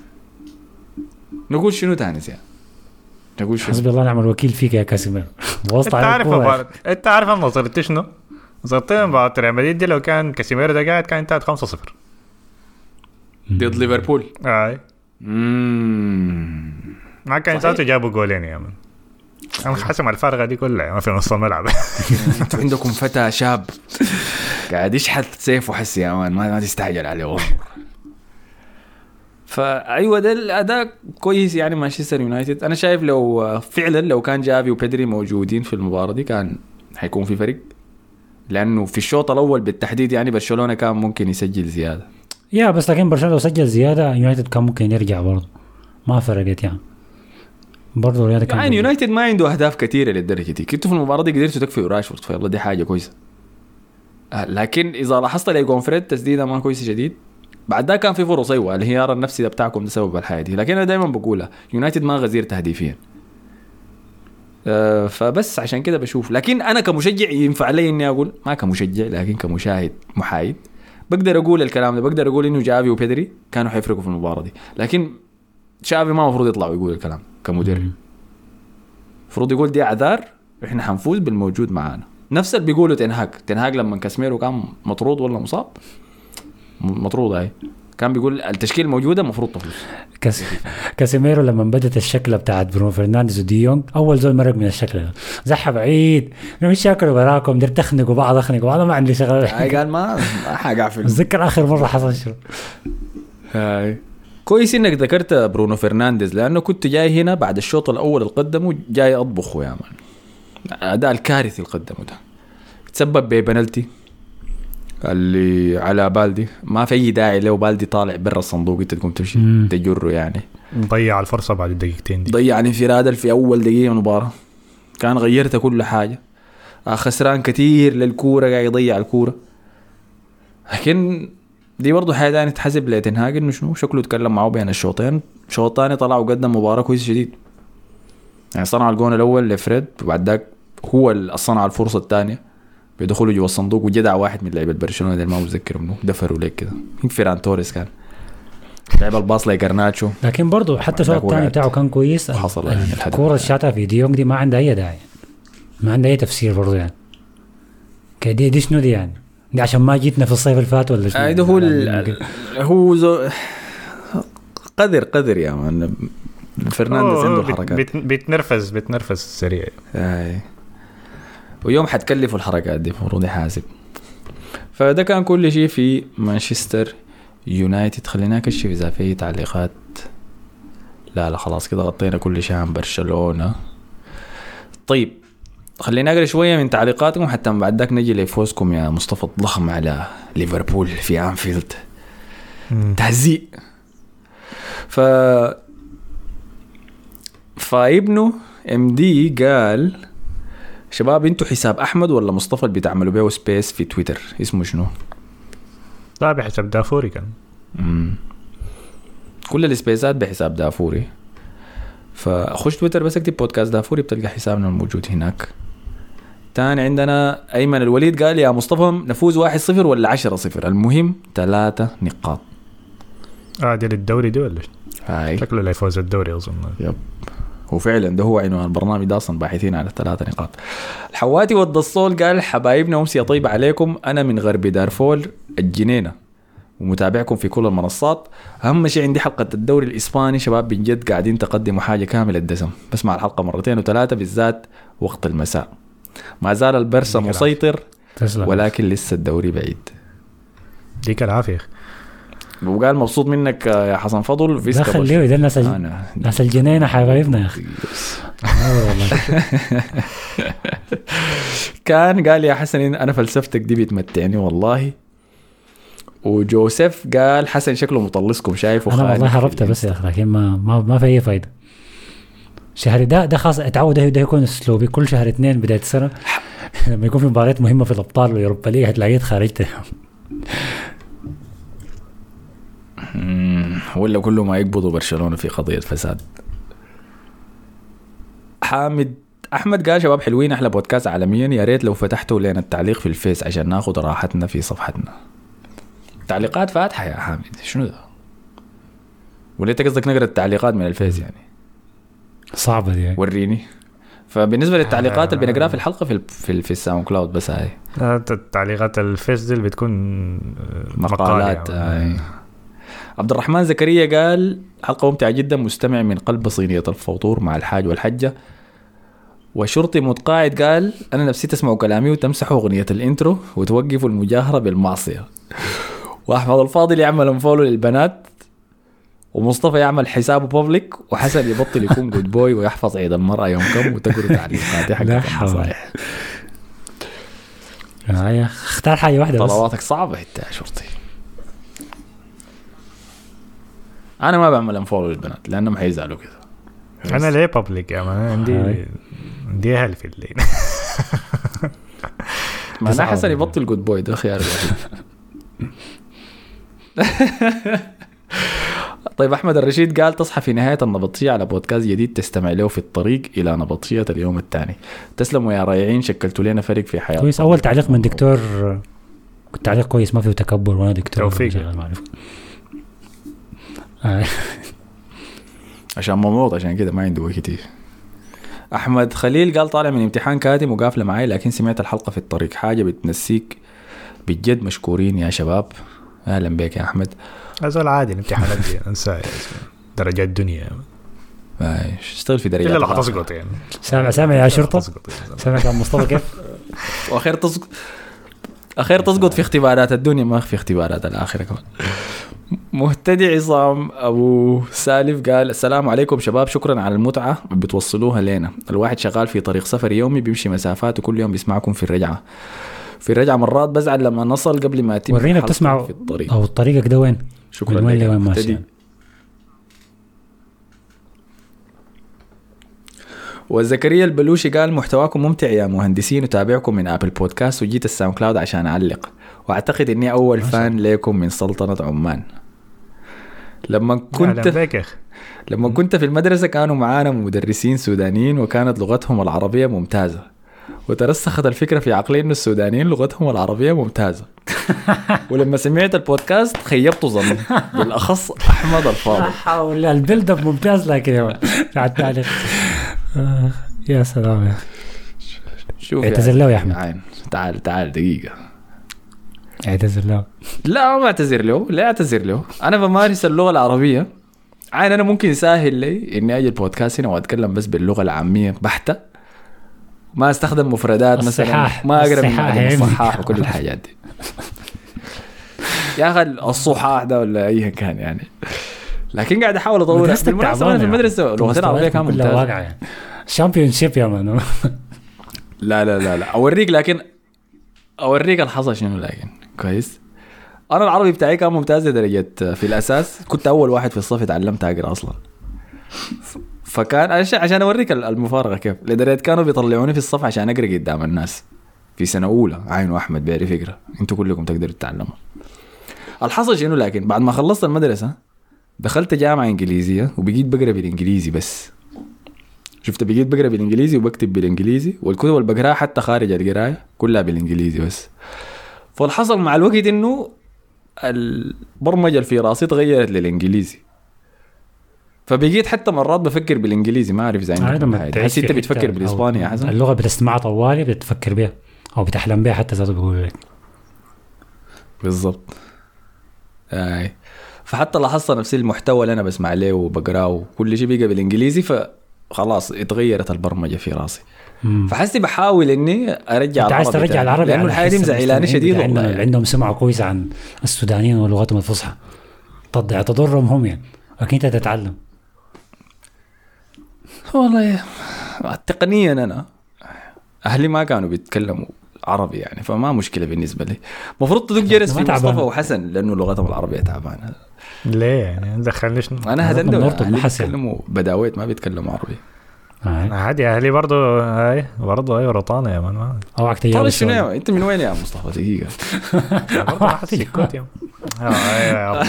نقول شنو تاني يعني نقول حسب الله نعمل وكيل فيك يا كاسيميرو انت عارف نظرت شنو نظرتين بعد ريال مدريد دي لو كان كاسيميرو ده قاعد كان انتهت 5-0 ضد ليفربول ما كان ذاته جابوا جولين يا من انا حسم الفارغه دي كلها ما في نص الملعب. انتوا عندكم فتى شاب قاعد يشحت سيفه حسي يا مان ما تستعجل عليه. فايوه ده الاداء كويس يعني مانشستر يونايتد. انا شايف لو فعلا لو كان جافي وبيدري موجودين في المباراه دي كان حيكون في فرق لانه في الشوط الاول بالتحديد يعني برشلونه كان ممكن يسجل زياده بس لكن برشلونه لو سجل زياده يونايتد كان ممكن يرجع برضه ما فرقت برضه يعني يونايتد ما عنده اهداف كثيره للدرجه دي. كنتوا في المباراه دي قدرتوا تكفوا راشفورد فيلا دي حاجه كويسه. لكن اذا لاحظت لي جونفريد تسديده ما كويسه جديد بعد ده كان في فرص ايوه الانهيار النفسي ده بتاعكم ده سبب الحياه دي. لكن انا دائما بقولها يونايتد ما غزير تهديفيا فبس عشان كده بشوف. لكن انا كمشجع ينفع لي اني اقول ما كمشجع لكن كمشاهد محايد بقدر اقول الكلام ده. بقدر اقول انه جافي وبيدري كانوا حيفرقوا في المباراه دي. لكن شافي ما مفروض يطلع ويقول الكلام كمدرب. مفروض يقول دي اعذار احنا حنفوز بالموجود معانا. نفس اللي بيقولوا تنهاج لما كاسميرو كان مطرود ولا مصاب مطرود هاي كان بيقول التشكيل موجوده مفروض تفوز. كاسيميرو لما بدت الشكله بتاعت برونو فرنانديز وديونج اول زول مرق من الشكل ده زحف بعيد انا مش شاكر وراكم درت تخنقوا بعض اخنقوا ما عندي شغله. قال ما حاجه في اتذكر اخر مره حصل شو هاي. كويس انك ذكرت برونو فرنانديز لانه كنت جاي هنا بعد الشوط الاول القدمه جاي اطبخه يا مان. اداء الكارثي القدمه ده تسبب ببنالتي اللي على بالدي ما في اي داعي له. بالدي طالع برا الصندوق انت تقوم تمشي تجره يعني ضيع الفرصه بعد الدقيقتين دي ضيع انفرادا في اول دقيقه من المباراه كان غيرت كل حاجه. خسران كتير للكوره قاعد يضيع الكوره. لكن دي برضو حاجه ثانيه تحسب لتنهاج انه شنو شكله يتكلم معه بين الشوطين. شوط ثاني طلع وقدم مباراه كويس شديد يعني صنع الجون الاول لفريد وبعد ذاك هو اللي صنع الفرصه الثانيه بيدخلوا جوا الصندوق وجدع واحد من لعيبه برشلونه ده ما متذكر منه دفروا لك كده فيران توريس كان لعب الباص لجرناتشو. لكن برضو حتى الشوط الثاني بتاعه كان كويس. الكوره الشاطه في ديونج دي ما عندها اي داعي ما عندها اي تفسير برضو يعني كده دي شنو دي يعني دي عشان ما جيتنا في الصيف الفات ولا شنو. هو قدر يا مان فرنانديز عنده الحركات بيتنرفز سريع ويوم حتكلفوا الحركات دي المفروض يحاسب. فده كان كل شيء في مانشستر يونايتد. خلينا نكشف اذا في تعليقات. لا خلاص كده غطينا كل شيء عن برشلونة. طيب خلينا نقرا شويه من تعليقاتكم حتى بعد ذاك نجي لفوزكم يا مصطفى الضخم على ليفربول في أنفيلد. تهزيء. فابنه MD قال شباب انتوا حساب احمد ولا مصطفى اللي بتعملوا بيه سبيس في تويتر اسمه شنو؟ لا بحساب دافوري كان. كل السبيسات بحساب دافوري. فخش تويتر بس اكتب بودكاست دافوري بتلقى حسابنا الموجود هناك. تاني عندنا ايمن الوليد قال يا مصطفى نفوز 1-0 ولا 10-0 المهم 3 نقاط. دي للدوري دي ولا هاي شكله اللي يفوز الدوري اظن. يب وفعلا ده هو عنوان البرنامج ده اصلا، باحثين على 3 نقاط. الحواتي والدصول قال حبايبنا امسيه طيبه عليكم، انا من غرب دارفور الجنينه ومتابعكم في كل المنصات. اهم شيء عندي حلقه الدوري الاسباني شباب، بجد قاعدين تقدموا حاجه كامله الدسم، بسمع الحلقه 2 و3 بالذات وقت المساء. ما زال البرسا مسيطر ولكن لسه الدوري بعيد. ديك العافيه. وقال مبسوط منك يا حسن فضل. فيسكا خليه ده ناس الجنينه حبايبنا يا اخي. كان قال يا حسن انا فلسفتك دي بتمتعني والله. وجوزيف قال حسن شكله مطلسكم شايفه. انا والله هربته بس يا اخي، لكن ما في اي فايده. شهر ده خلاص اتعود ده يكون اسلوبي، كل شهر 2 بدايه السنه لما يكون في مباريات مهمه في الابطال واليوروبا ليج هتلاقيه خارجته. ولا كله ما يقبضوا برشلونه في قضيه فساد. حامد احمد قال شباب حلوين، احلى بودكاست عالميا، يا ريت لو فتحتوا لنا التعليق في الفيس عشان ناخذ راحتنا في صفحتنا. تعليقات فاتحه يا حامد، شنو ده؟ ولا انت قصدك نقرا التعليقات من الفيس يعني؟ صعبه دي وريني. فبالنسبه للتعليقات اللي بنقراها في الحلقه في الساوند كلاود بس. هاي التعليقات الفيس دي بتكون مقالات يعني. عبد الرحمن زكريا قال حلقه ممتعه جدا، مستمع من قلب صينيه الفطور مع الحاج والحجه. وشرطي متقاعد قال انا نفسي تسمعوا كلامي وتمسحوا اغنيه الانترو وتوقفوا المجاهره بالمعصيه. واحمد الفاضل يعمل انفولو للبنات، ومصطفى يعمل حسابه بابليك، وحسن يبطل يكون جود بوي ويحفظ عيد المرأة يوم كم وتقروا تعليقاتي حق النصائح. اختار حاجة واحدة بس. طلباتك صعبة انت يا شرطي. انا ما بعمل انفولو للبنات لانهم حيزعلوا كده. انا ليه بابليك يا مان؟ عندي اهل في الليل. ما انا حسن يبطل جود بوي، ده خيار الوحيد. طيب أحمد الرشيد قال تصحى في نهاية النبطية على بودكاست جديد تستمع له في الطريق إلى نبطية اليوم الثاني. تسلموا يا رائعين، شكلتوا لنا فريق في حياتنا. كويس. أول تعليق من دكتور، تعليق كويس ما فيه تكبر ولا دكتور توفيق. عشان ممروض عشان كده ما عنده وقت. أحمد خليل قال طالع من امتحان كاتم وقافلة معي لكن سمعت الحلقة في الطريق، حاجة بتنسيك بجد. مشكورين يا شباب. أهلا بك يا أحمد. هذا العادي الامتحانات دي انسى درجات الدنيا. اشتغل في درجات. إلا لو تسقط يعني. سامع يا شرطة. سامع كان مصطفى كيف. وأخير تسقط. أخير تسقط في اختبارات الدنيا ما في اختبارات الآخرة كمان. مهتدي عصام أبو سالف قال السلام عليكم شباب، شكرا على المتعة بتوصلوها لنا. الواحد شغال في طريق سفر يومي بيمشي مسافات وكل يوم بيسمعكم في الرجعة مرات بزعل لما نصل قبل ما أتم. ورينا بتسمعوا في الطريق أو طريقك ده وين. شكرا لك مهتدي. وزكريا البلوشي قال محتواكم ممتع يا مهندسين، وتابعكم من أبل بودكاست وجيت الساوند كلاود عشان أعلق، وأعتقد إني أول فان لكم من سلطنة عمان. لما كنت في المدرسة كانوا معانا مدرسين سودانيين وكانت لغتهم العربية ممتازة، وترسخت الفكرة في عقلي إن السودانيين لغتهم العربية ممتازة. ولما سمعت البودكاست خيبت ظني، بالأخص أحمد الفاضل. حول البيلد اب ممتاز لكن يا التعليق. يا سلام يا شوف اعتذر له يا أحمد. تعال دقيقة. اعتذر له. لا ما اعتذر له. أنا بمارس اللغة العربية. أنا ممكن يسهل لي إني أجي البودكاست هنا وأتكلم بس باللغة العامية بحتة، ما استخدم مفردات مثلا، ما أقرأ من الصحاح وكل الحاجات دي. يا أخي الصحاح ده ولا أي كان يعني، لكن قاعد أحاول أطور. بالمناسبة في المدرسة لغتنا العربية كان ممتاز. شامبيون شيب يا مان. لا أوريك الحظ شنو. لكن كويس أنا العربي بتاعي كان ممتاز لدرجة في الأساس كنت أول واحد في الصف اتعلمت أقرأ أصلا. فكان عشان أوريك المفارقة كيف، لدرجة كانوا بيطلعوني في الصف عشان أقرأ قدام الناس في سنة أولى. عين وأحمد بيعرف يقرأ، أنتوا كلكم تقدروا تتعلموا. الحصل شنو، لكن بعد ما خلصت المدرسة دخلت جامعة إنجليزية وبقيت بقرأ بالإنجليزي بس. شفت بقيت بقرأ بالإنجليزي وبكتب بالإنجليزي، والكتب اللي بقراها حتى خارج القراية كلها بالإنجليزي بس. فالحصل مع الوقت إنه البرمجه في راسي تغيرت للانجليزي، فبقيت حتى مرات بفكر بالانجليزي. ما اعرف اذا عندك حاسس انت بتفكر بالاسباني يا حسن؟ اللغه بتسمعها طوالي بتفكر بها او بتحلم بها حتى ذاته بيقولوا لك. بالضبط. فحتى لاحظت نفسي المحتوى اللي انا بسمع له وبقراه وكل شيء بقى بالانجليزي، فخلاص اتغيرت البرمجه في راسي. فحسي بحاول اني ارجع العربي. عايز ترجع العربي لانه الحياه دي مزعلانه شديد والله. يعني عندهم سمعه كويسه عن السودانيين ولغتهم الفصحى، تضرهم هم يعني، لكن انت تتعلم. والله تقنيا انا اهلي ما كانوا بيتكلموا عربي يعني، فما مشكله بالنسبه لي. المفروض تدق جرس في مصطفى وحسن لانه لغتهم العربيه تعبانه. ليه يعني دخلنيش؟ انا هدندو بيتكلموا بداويت ما بيتكلموا عربي عادي. اهلي برضو برضو رطانه يا مان. اوعك تجاوب. طيب شنو انت من وين يا مصطفى؟ دقيقه برضو احس سكوت يا الله.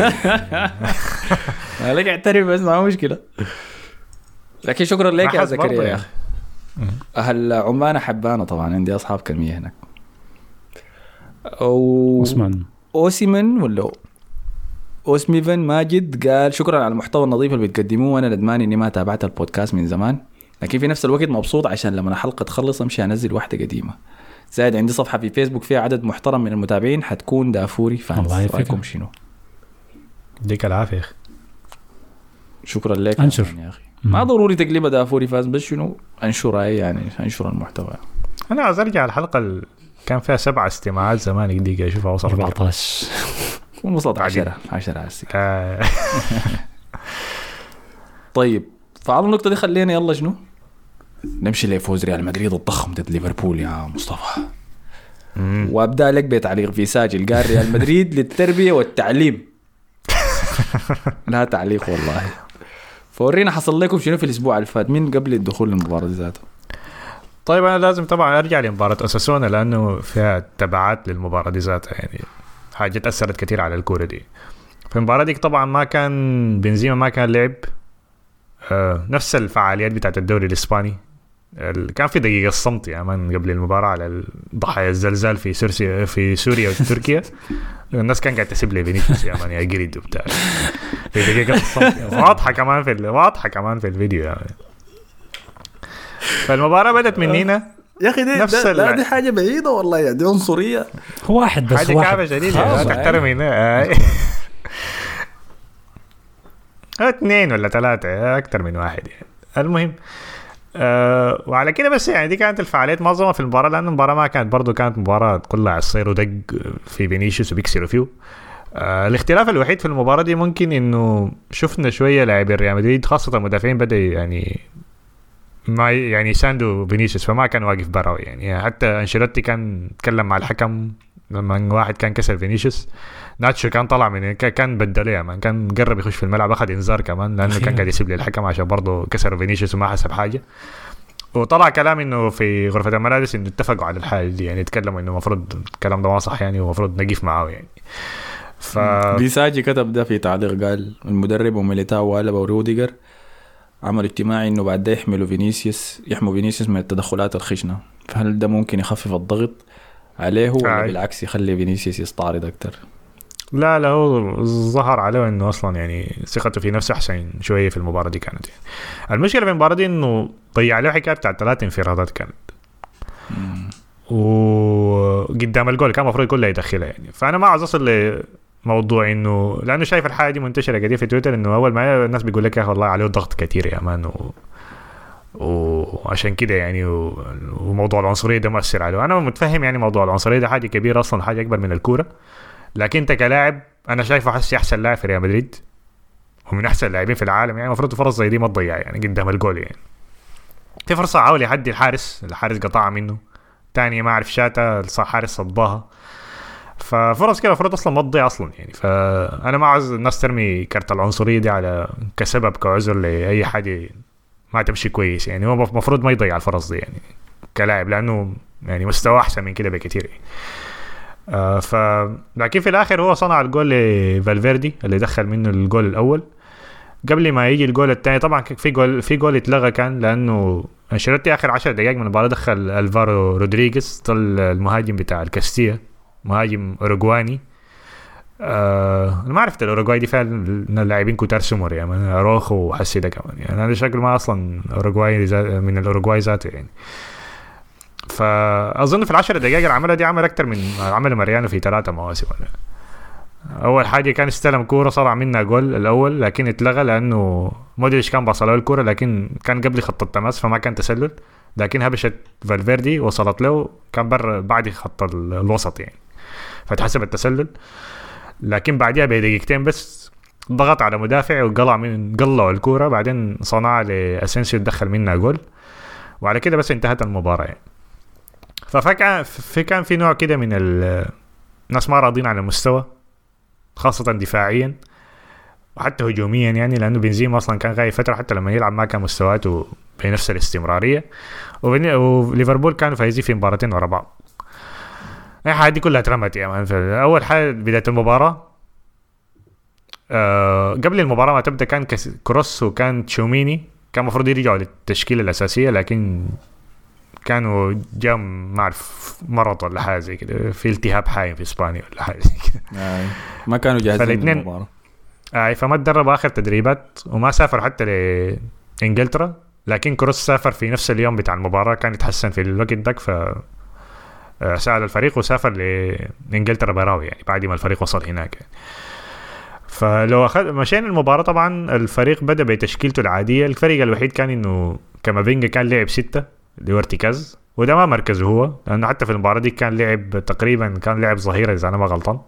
لك اعترف بس ما مشكله. لكن شكرا لك يا زكريا يا اخي. اهل عمان حبانه طبعا، عندي اصحاب كميه هناك. اوسيمن ولا اوسميفن ماجد قال شكرا على المحتوى النظيف اللي بتقدموه، وانا ندمان اني ما تابعت البودكاست من زمان، لكن في نفس الوقت مبسوط عشان لما الحلقه تخلص امشي انزل واحده قديمه. زائد عندي صفحه في فيسبوك فيها عدد محترم من المتابعين، حتكون دافوري فانس. رايكم شنو؟ ديك العافيه. شكرا لك انشر يا اخي. ما ضروري تقليبه دافوري فاز، بس شنو انشر يعني انشر المحتوى. انا عايز ارجع الحلقه كان فيها 7 استماعات زمان دقيقه اشوفها وصلت 14 وصلت 10 طيب فعلى النقطه دي خلينا يلا شنو نمشي لفوز ريال مدريد الضخم ضد ليفربول يا مصطفى. وابدا لك بتعليق في ساجل قال ريال مدريد للتربيه والتعليم. لا تعليق والله. فورينا حصل لكم شنو في الاسبوع اللي فات من قبل الدخول للمباراه ذاته. طيب انا لازم طبعا ارجع لمباراه اساسونا لانه فيها تبعات للمباراه دي ذاتها، يعني حاجه اثرت كثير على الكوره دي. في المباراه دي طبعا ما كان بنزيما ما كان لعب نفس الفعاليات بتاعت الدوري الاسباني. كان في دقيقه الصمت يا مان قبل المباراه على ضحايا الزلزال في سوريا وتركيا. الناس كان قاعد تسيب لي فينيسيوس يا مان يا جريد وبتاع في دقيقه الصمت واضحه كمان في الفيديو يعني. فالمباراه بدت من هنا يا اخي دي حاجه بعيده والله يعني، دي عنصريه. هو واحد بس، حاجه كعبه شديده تحترم هنا. 2 ولا 3 اكثر من واحد يعني. المهم وعلى كده بس يعني دي كانت الفعاليات معظمها في المباراه، لان المباراه ما كانت برضو كانت مباراه كلها عصير ودق في فينيسيوس وبيكسروا فيه. الاختلاف الوحيد في المباراه دي ممكن انه شفنا شويه لاعبين ريال مدريد خاصه المدافعين بدا يعني ما يعني ساندو فينيسيوس، فما كان واقف برا يعني. حتى انشيلوتي كان تكلم مع الحكم لما واحد كان كسر فينيسيوس. ناتشو كان طلع من كان بدله يعني، كان قرب يخش في الملعب اخذ انذار كمان لانه كان قاعد يسيب لي الحكم عشان برضه كسر فينيسيوس وما حسب حاجه. وطلع كلام انه في غرفه الملابس انه اتفقوا على الحاله دي يعني، تكلموا انه المفروض الكلام ده ما صح يعني ومفروض نقف معاه يعني. بيساجي كتب ده في تعليق قال المدرب وميليتاو وألابا وروديجر عمل اجتماعي انه بعد ده يحموا فينيسيوس من التدخلات الخشنه، فهل ده ممكن يخفف الضغط عليه ولا بالعكس يخلي فينيسيوس يستعرض اكتر؟ لا هو ظهر عليه انه اصلا يعني ثقته في نفسه احسن شويه في المباراه دي كانت يعني. المشكله في المباراه دي انه ضيع له حكايه بتاع 3 انفرادات كانت وقدام الجول كان المفروض كله يدخلها يعني. فانا ما عاوز اصل لموضوع انه لانه شايف الحاجه دي منتشره كثير في تويتر انه اول ما الناس بيقول لك يا اخي والله عليه ضغط كثير يا مان وعشان كده يعني وموضوع العنصريه ده مؤثر عليه. انا متفهم يعني موضوع العنصريه ده حاجه كبيره اصلا، حاجه اكبر من الكوره، لكن انت كلاعب انا شايفه احسن لاعب في ريال مدريد ومن احسن اللاعبين في العالم يعني. المفروض فرص زي دي ما تضيع يعني قدام الجول يعني. في فرصه حاول يحدي الحارس قطعها منه، تاني ما اعرف شاتا الحارس صدها، ففرص كده المفروض اصلا ما تضيع اصلا يعني. فانا ما عاوز الناس ترمي كارت العنصريه دي على كسبب كعذر لاي حاجه ما تمشي كويس يعني. هو المفروض ما يضيع الفرص دي يعني كلاعب لانه يعني مستوى احسن من كده بكثير يعني. لكن في الاخر هو صنع الجول لفالفيردي اللي دخل منه الجول الاول قبل ما يجي الجول الثاني. طبعا في جول اتلغى كان لانه انشيلوتي اخر 10 دقائق من المباراه دخل الفارو رودريغيز المهاجم بتاع الكاستيا، مهاجم اوروغواني. انا ما عرفت الاوروغواي دي فعلا اللاعبين كتار سمر يعني اروخو وحسي ده كمان يعني هذا شكل ما اصلا اوروغواي من الاوروغواي ذاته يعني. فاظن في ال10 دقائق اللي عملها دي عمل اكثر من عمل ماريانو في 3 مواسم. اول حاجه كان استلم كوره صنع منها جول الاول لكن اتلغى لانه مودريتش كان باص له الكوره لكن كان قبل خط التماس فما كان تسلل، لكن هبشت فالفيردي وصلت له كان بر بعد خط الوسط يعني فتحسب التسلل. لكن بعدها بدقيقتين بس ضغط على مدافع قلعوا الكوره بعدين صنع لاسينسيو تدخل منها جول وعلى كده بس انتهت المباراه يعني. كان في نوع كده من الناس ما راضين على المستوى خاصة دفاعيا وحتى هجوميا يعني لأنه بنزيما أصلا كان غايب فترة حتى لما يلعب ما كان مستوياته بنفس الاستمرارية وليفربول كانوا فايزين في مباراتين ورا بعض. الحاجة دي كلها ترمت يعني. أول حاجة بداية المباراة قبل المباراة ما تبدأ كان كروس وكان تشوميني كان مفروض يرجعوا للتشكيلة الأساسية لكن كانوا جام ما أعرف مرض ولا حاجة زي كده في التهاب حايم في إسبانيا ولا حاجة زي كده ما كانوا جاهزين للمباراة فما تدرب آخر تدريبات وما سافر حتى لإنجلترا. لكن كروس سافر في نفس اليوم بتاع المباراة كان يتحسن في الوقت داك فساعد الفريق وسافر لإنجلترا براوي يعني بعد ما الفريق وصل هناك. فلو مشينا المباراة طبعا الفريق بدأ بتشكيلته العادية. الفريق الوحيد كان إنه كامافينجا كان لعب 6 لارتكاز وده ما مركزه هو لأنه حتى في المباراة دي كان لعب تقريبا كان لعب ظهير إذا أنا ما غلطان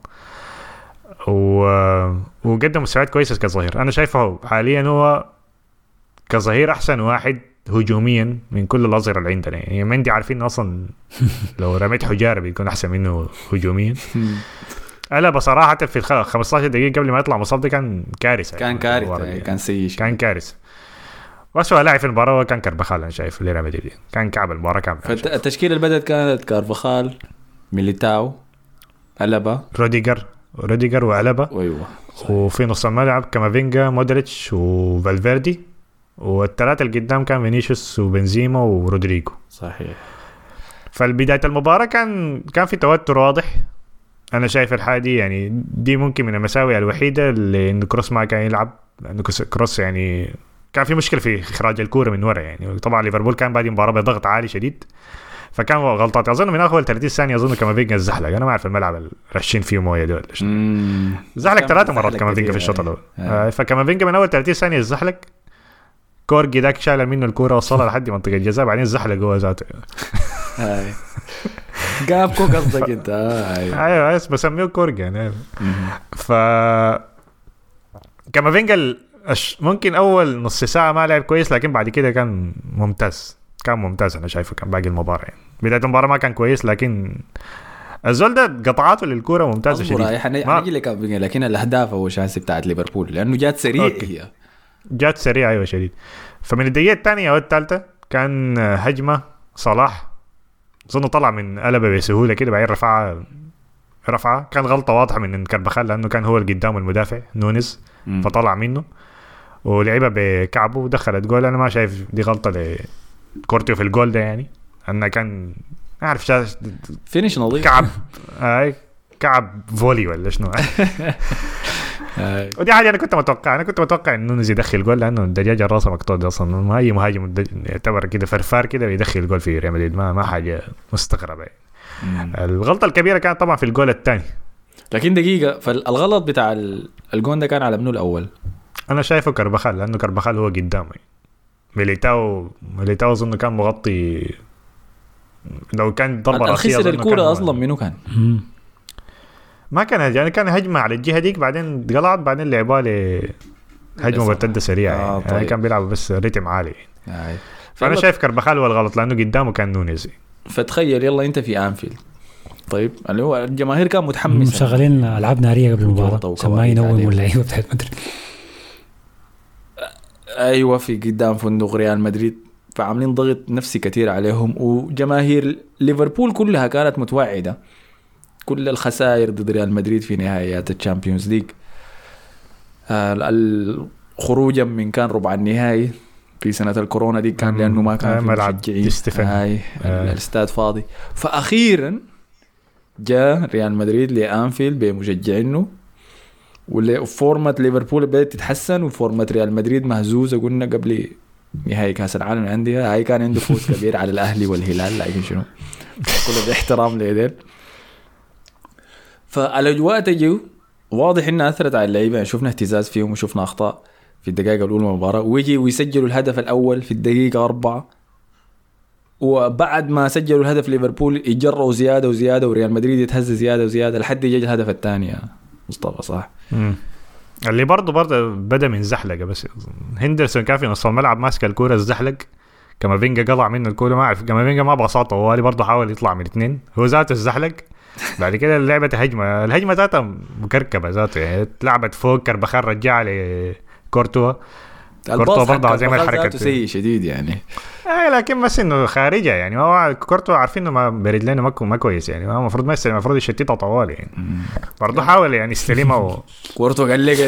وقدم مستويات كويسة كظهير. أنا شايفه حاليا هو كظهير أحسن واحد هجوميا من كل الأظهرة اللي عندنا يعني مندي عارفين أصلا لو رميت حجارة بيكون أحسن منه هجوميا. ألا بصراحة في 15 دقيقة قبل ما يطلع مصاب ده كان كارثة كان سيء كان كارثة. وأسوأ لاعب في المباراة كان كارفاخال أنا شايف اللي رمى دي كان كعب المباراة كاملة. فالتشكيلة اللي بدأت كانت كارفاخال ميليتاو ألابا روديجر وألابا أيوة. وفي نص الملعب كامافينجا مودريتش وفالفيردي والثلاثة اللي قدام كان فينيسيوس وبنزيما ورودريجو. صحيح. فالبداية المباراة كان في توتر واضح. أنا شايف الحاجة دي يعني دي ممكن من المساوئ الوحيدة اللي إنه كروس ما كان يلعب لأنه كروس يعني كان في مشكلة في إخراج الكورة من ورا يعني. طبعا ليفربول كان بعد المباراة بضغط عالي شديد فكان غلطات أظن من أول 30 ثانية أظن كامافينجا الزحلق أنا ما أعرف الملعب رشين فيه موية دول زحلق 3 مرات كامافينجا في الشوط الأول فكامافينجا من أول 30 ثانية الزحلق كورجي داك شال منه الكورة وصلها لحد منطقة الجزاء بعدين الزحلق جوا ذاته جابكو قصدك انت ايوه بسميه كورجي يعني. ف كامافينجا ممكن اول نص ساعه ما لعب كويس لكن بعد كده كان ممتاز انا شايفه كان باقي المباراه يعني. بدايه المباراه ما كان كويس لكن الزول ده قطعاته للكوره ممتازه شديد. حنجي لك لكن الاهداف هو شانس بتاعت ليفربول لانه جات سريع هي جات سريع ايوه شديد. فمن الدقيقه الثانيه او الثالثه كان هجمه صلاح ظن طلع من قلبه بسهوله كده بعدين رفعه كان غلطه واضحه من كارفاخال لانه كان هو اللي قدامه المدافع نونيز فطلع منه ولعبها بكعبه ودخلت جول. انا ما شايف دي غلطه لكورتيو في الجول ده يعني انه كان اعرف فينيش نظيف كعب فولي ولا شنو ودي حاجه انا كنت متوقع انه نونيز يدخل جول لانه الدجاجه راسها مقطوع اصلا ما اي مهاجم يعتبر كده فرفار كده ويدخل جول في ريال مدريد ما حاجه مستغربه يعني. الغلطه الكبيره كانت طبعا في الجول الثاني لكن دقيقه فالغلط بتاع الجون ده كان على منو الاول؟ انا شايفه كارفاخال لانه كارفاخال هو قدامه ميليتاو اظن كان مغطي لو كان ضربه راسيه خسر الكوره اصلا منو كان ما كان يعني كان هجمه على الجهه ديك بعدين قلعت بعدين لعبها هجمه مرتده سريعه يعني كان بيلعب بس ريتم عالي فانا شايف كارفاخال هو الغلط لانه قدامه كان نونيز. فتخيل يلا انت في انفيلد طيب اللي هو الجماهير كان متحمسه شغالين العاب ناريه قبل المباراه سما ينوموا اللعيبه بتاعت مدريد ايوه في قدام فندق ريال مدريد فعاملين ضغط نفسي كتير عليهم وجماهير ليفربول كلها كانت متوعده كل الخسائر ضد ريال مدريد في نهائيات الشامبيونز ليج الخروج من كان ربع النهائي في سنة الكورونا دي كان لأنه ما كان في مشجعين الاستاد فاضي فأخيرا جاء ريال مدريد لأنفيلد بمشجعينه وفورمات ليفربول بدأت تتحسن وفورمات ريال مدريد مهزوزة. قلنا قبل نهائي كأس العالم عندها هاي كان عنده فوز كبير على الأهلي والهلال، لكن شنو كله باحترام ليدين. فالأجواء تجيو واضح إنها أثرت على اللعيبة، يعني شفنا اهتزاز فيهم وشفنا أخطاء في الدقائق الأولى من المباراة، ويجي ويسجلوا الهدف الأول في الدقيقة 4 وبعد ما سجلوا الهدف ليفربول يجروا زيادة وزيادة وريال مدريد يتهز زيادة وزيادة لحد يجي الهدف الثاني. مصطفى صح؟ اللي برضه بدأ من زحلقة، بس هندرسون كان في نص الملعب ماسك الكورة الزحلق، كامافينجا قطع منه الكورة، ما أعرف كامافينجا ما بساطة طوالي برضه حاول يطلع من الاثنين، هو ذاته الزحلق. بعد كده اللعبة الهجمة ذاتها مكركبة ذاته، يعني لعبت فوق كربخان رجع لكورتوا برضه زي ما الحركة سيء شديد يعني. لكن بس انه خارجه يعني، هو كورتوا عارفين انه ما بريد لنا ما كويس يعني، هو المفروض ما يستلم، المفروض يشتتها طوالي يعني. برضه حاول يعني يستلمها كورتوا قال لك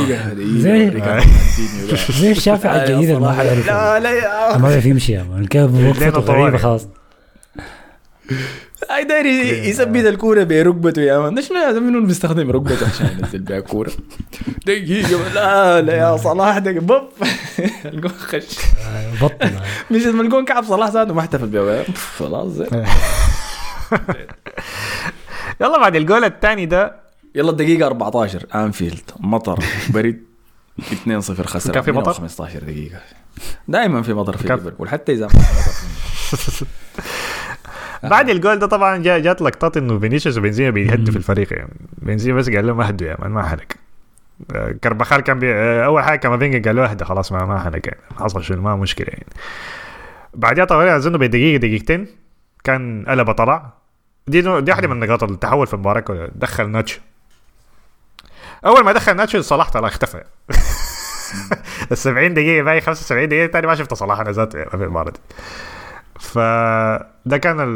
زي الشافعي الجديد ما حد يعرف. لا ما في يمشي يعني كان وقفته غريبه خلاص. اي دايري يثبت الكوره بركبته يا مان، ليش لازم منه بيستخدم ركبته عشان ينزل بها الكوره؟ دقيقه لا يا صلاح دقيقه بوب الجون خش بطل مش لما الجون كعب صلاح ذاته ما احتفل بيه خلاص. يلا بعد الجول الثاني ده، يلا الدقيقه 14 انفيلد مطر بريد 2-0 خسر. كان في مطر 15 دقيقه، دائما في مطر في ليفربول حتى اذا ما بعد الجول ده طبعا جات لقطات انه فينيسيوس وبنزيما بيهدوا في الفريق يعني. بنزيما بس قال له ما هدوا يا مان، ما حرق. كربخال كان اول حاجه كامافينجا قال له اهدى خلاص ما حرق يعني، حصل شنو ما مشكله يعني. بعدها طبعا اظن بدقيقه دقيقتين كان قلبه طلع. دي واحده من نقاط التحول في المباراه. دخل ناتشو، اول ما دخل ناتشو صلاح طلع اختفى. ال70 دقيقه باقي 75 دقيقه ثاني ما شفت صلاح انا ذاته في المباراه دي. فده كان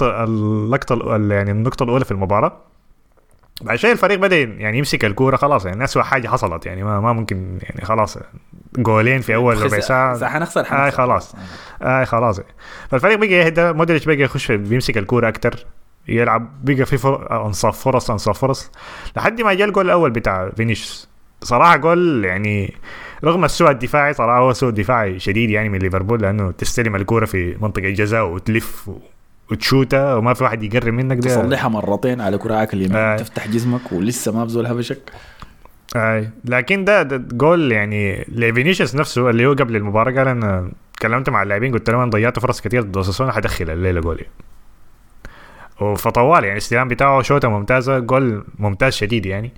النقطة الأولى في المباراة. بعد شيء الفريق بدأ يعني يمسك الكورة خلاص يعني، أسوأ حاجة حصلت يعني، ما ممكن يعني خلاص جولين في أول ربع ساعة حنخسر خلاص خلاص. فالفريق بقى يهدى، مودريتش بقى يخش بيمسك الكورة أكتر يلعب، بقى في أنصاف فرص لحد ما جاء الجول الأول بتاع فينيسيوس. صراحة جول يعني رغم السوء الدفاعي، صراحة هو سوء دفاعي شديد يعني من ليفربول، لأنه تستلم الكورة في منطقة الجزاء وتلف وتشوتها وما في واحد يقرب منك، ده تصلحها مرتين على كراعك اليمين تفتح جسمك ولسه ما بزول هبشك. لكن ده جول يعني لفينيسيوس نفسه اللي هو قبل المباراة قال أنا كلمت مع اللاعبين قلت لهم أنا ضيعت فرص كتير ضد أوساسونا حدخل الليلة جولي، وفطوال يعني الاستلام بتاعه شوطة ممتازة، جول ممتاز شديد يعني.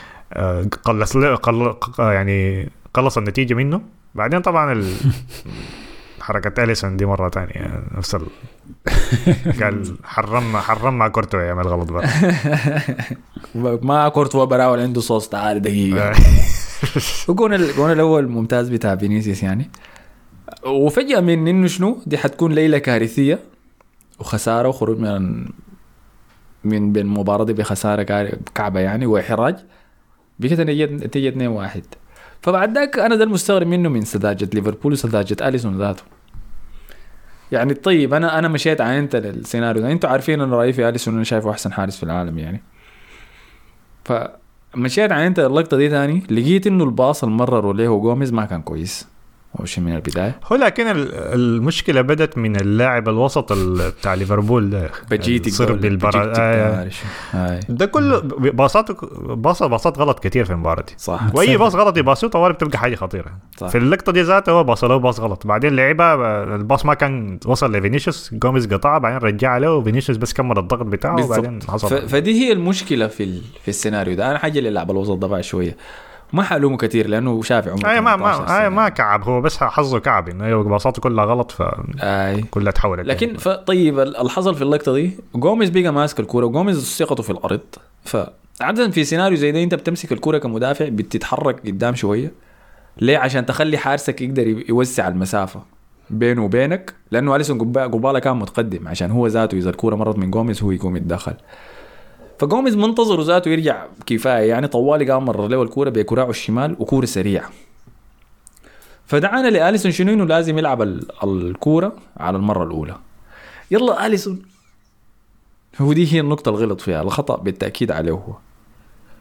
قلص النتيجة منه. بعدين طبعا حركة أليسون دي مرة تانية يعني نفس قال حرم مع كورتوا يعمل غلط بقى. ما كورتوا براول عنده صوص تعال دقيقة. وقون الأول ممتاز بتاع فينيسيوس يعني. وفجأة من إنه شنو دي حتكون ليلة كارثية وخسارة وخروج من بين المباراة دي بخسارة كعبة يعني وإحراج، بكده نتيجة 2-1. فبعد ذاك أنا ده المستغرب منه من سذاجة ليفربول وسذاجة أليسون ذاته يعني. طيب أنا مشيت عينت السيناريو ده، أنتوا عارفين أنا رأيي في أليسون، أنا شايفه أحسن حارس في العالم يعني. فمشيت عينت اللقطة دي تاني، لقيت إنه الباص المرر له غوميز ما كان كويس وش من البداية. هو لكن المشكلة بدت من اللاعب الوسط بتاع ليفربول ده بجيتي صار ده كله باصات غلط كتير في المباراة دي صح. واي باص غلط يباصه طوال بتبقى حاجة خطيرة صح. في اللقطة دي ذاته هو باص له باص غلط، بعدين لعبها الباص ما كان وصل لفينيسيوس، غوميز قطعه بعدين رجع له وفينيسيوس بس كمل الضغط بتاعه وبعدين حصل. فدي هي المشكلة في السيناريو ده. أنا حاجة اللي لعب الوسط ضبع شوية ما حلومه كتير لانه شافع عمره ما كعب، هو بس حظه كعب انه باصاته كلها غلط كلها تحولت. لكن طيب الحصل في اللقطه دي غوميز بقى ماسك الكوره وغوميز ثقته في الارض، فعاده في سيناريو زي ده انت بتمسك الكوره كمدافع بتتحرك قدام شويه ليه؟ عشان تخلي حارسك يقدر يوسع المسافه بينه وبينك، لانه أليسون قباله كان متقدم عشان هو ذاته اذا الكوره مرت من غوميز هو يقوم يتدخل. فغوميز منتظر ذاته يرجع كفايه يعني، طوالي قام مر له الكوره بكراعه الشمال وكوره سريعه. فدعانا لأليسون شنو انه لازم يلعب الكوره على المره الاولى. يلا أليسون هو دي هي النقطه الغلط فيها، الخطا بالتاكيد عليه هو.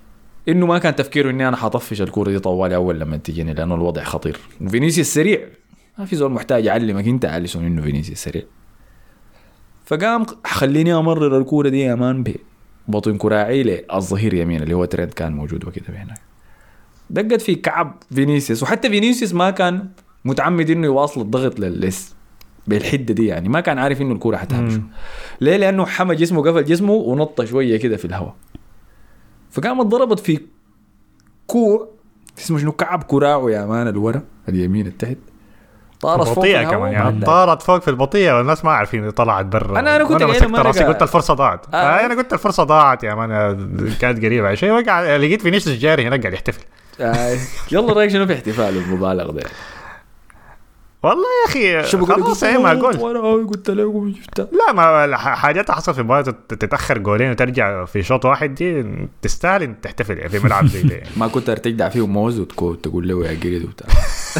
انه ما كان تفكيره اني انا حطفش الكوره دي طوالي اول لما تجيني لانه الوضع خطير. فينيسيوس سريع ما في زول محتاج يعلمك انت عليسون انه فينيسيوس سريع. فقام خليني امرر الكوره دي يا مان ببطن كراعي للظهير يمين اللي هو ترينت كان موجود وكده هناك. دقت في كعب فينيسيوس وحتى فينيسيوس ما كان متعمد انه يواصل الضغط للليس بالحده دي يعني ما كان عارف انه الكوره حتهمشه. ليه؟ لانه حمى جسمه قفل جسمه ونط شويه كده في الهواء فقامت ضربت في كوع اسمه شنو كعب كراعه يا مان الورا اليمين التحت طارت فوق كمان يعني طارت فوق في البطيئه والناس ما عارفين طلعت برا. انا كنت قلت الفرصه ضاعت انا قلت الفرصه ضاعت يا مان كانت قريبه شيء وقع لقيت فينيسيوس جاري هناك قاعد يحتفل. يلا رايك شنو في احتفال المبالغ ده والله يا اخي خلاص هي ما جول قلت له لا ما حاجات حصل في مباراة تتاخر جولين وترجع في شوط واحد دي تستاهل ان تحتفل في ملعب زي ده. ما كنت تجدع فيه موز وتقول له يا قريد وبتاع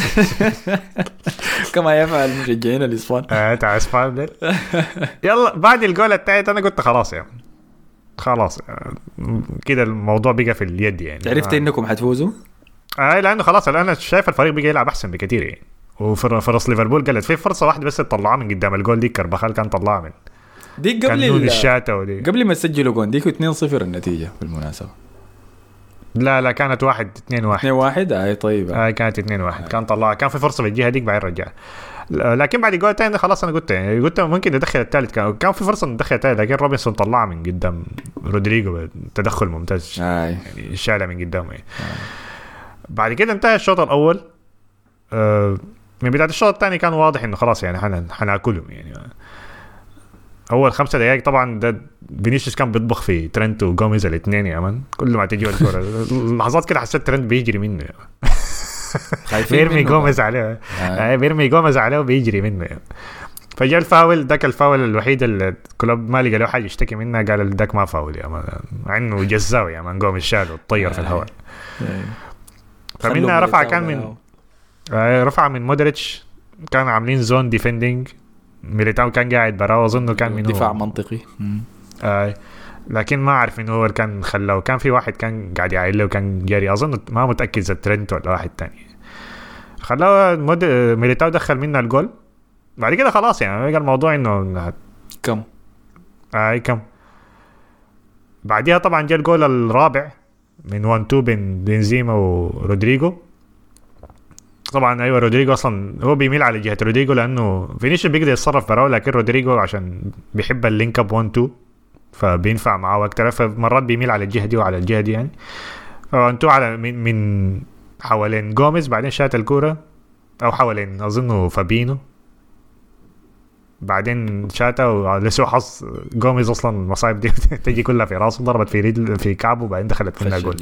كما يفعل مشجعين الاسبان تاع اسبان. يلا بعد الجول الثالث انا قلت خلاص يعني خلاص كده الموضوع بقى في اليد يعني. عرفت انكم حتفوزوا لانه خلاص الان شايف الفريق بقى يلعب احسن بكثير يعني. وفرص ليفربول قالت في فرصه واحده بس تطلعها من قدام الجول دي كربخال كان طلعها من دي قبل ما يسجلوا جول ديك 2-0 النتيجه بالمناسبه. لا كانت 1-2-1 اي طيب كانت 2-1 كان طلعها كان في فرصه بالجهه ديك بعدين رجع. لكن بعد الجول الثاني خلاص انا قلت ممكن ندخل الثالث كان في فرصه ندخل الثالث لكن روبنسون طلعها من قدام رودريجو تدخل ممتاز يعني شالها من قدامه. بعد كده انتهى الشوط الاول. من بداية الشوط الثاني كان واضح انه خلاص يعني حناكلهم يعني. اول 5 دقائق طبعا ده فينيسيوس كان بيطبخ في ترنت وغوميز الاثنين يا مان كل ما تجي الكرة لحظات كده حسيت ترنت بيجري منه بيرمي غوميز عليه بيرمي غوميز عليه وبيجري منه فجاء الفاول داك الفاول الوحيد اللي كلوب ما لقى له حاجه يشتكي منها قال داك ما فاول يا مان مع انه جزاوي يا مان غوميز شاله وطير في الهواء. فمنها رفع كان من رفع من مودريتش كان عاملين زون ديفندينج ميليتاو كان قاعد برا اظنه كان منه دفاع منطقي لكن ما اعرف انه هو كان خلاه كان في واحد كان قاعد يعيل له وكان جاري اظن ما متاكد اذا ترنت ولا واحد تاني خلاه ميليتاو دخل منا الجول. بعد كده خلاص يعني الموضوع انه كم كم بعديها طبعا جاء الجول الرابع من 1-2 بين بنزيما ورودريجو. طبعا ايوه رودريجو اصلا هو بيميل على جهه رودريجو لانه فينيسيوس بيقدر يتصرف براه لكن رودريجو عشان بيحب اللينك اب 1-2 فبينفع معاه اكتر فمرات بيميل على الجهه دي وعلى الجهه دي يعني. ف1-2 على من حوالين غوميز بعدين شات الكوره او حوالين اظنه فابينو بعدين شاتا ولسه حظ غوميز اصلا المصايب دي تجي كلها في راسه ضربت في رجل في كعبه وبعدين دخلت منها جول.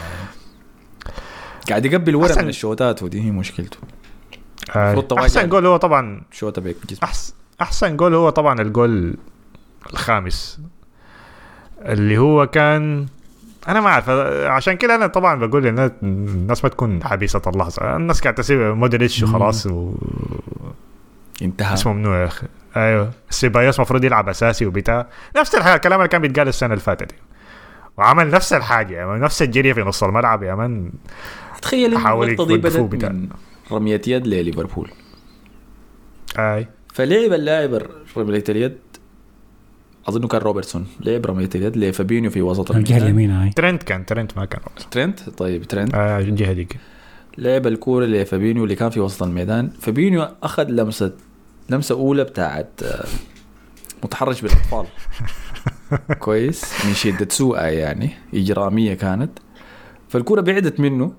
قاعد يقبل ورا من الشوتات ودي هي مشكلته. احسن جول هو طبعا شوطه بيك احسن جول هو طبعا الجول الخامس اللي هو كان انا ما اعرف عشان كده انا طبعا بقول ان الناس ما تكون حبيسه اللحظه الناس قاعده تسيب مودريتش وخلاص انتهى اسمه منو يا اخي. ايوه سيبايوس مفروض يلعب اساسي وبتاع نفس الكلام اللي كان بيتقال السنه اللي فاتت وعمل نفس الحاجه يعني نفس الجريه في نص الملعب يا من. تخيل النقطه دي بدت من رميه يد لليفربول فلعب اللاعب رميه اليد اظن كان روبرتسون لعب رميه اليد لفابينيو في وسط الجهه اليمين. ترنت ما كان ترنت طيب ترنت الجهه ديك لعب الكوره لفابينيو اللي كان في وسط الميدان. فابينيو اخذ لمسه اولى بتاعت متحرش بالاطفال كويس من شدة سوءة يعني إجرامية كانت. فالكرة بعدت منه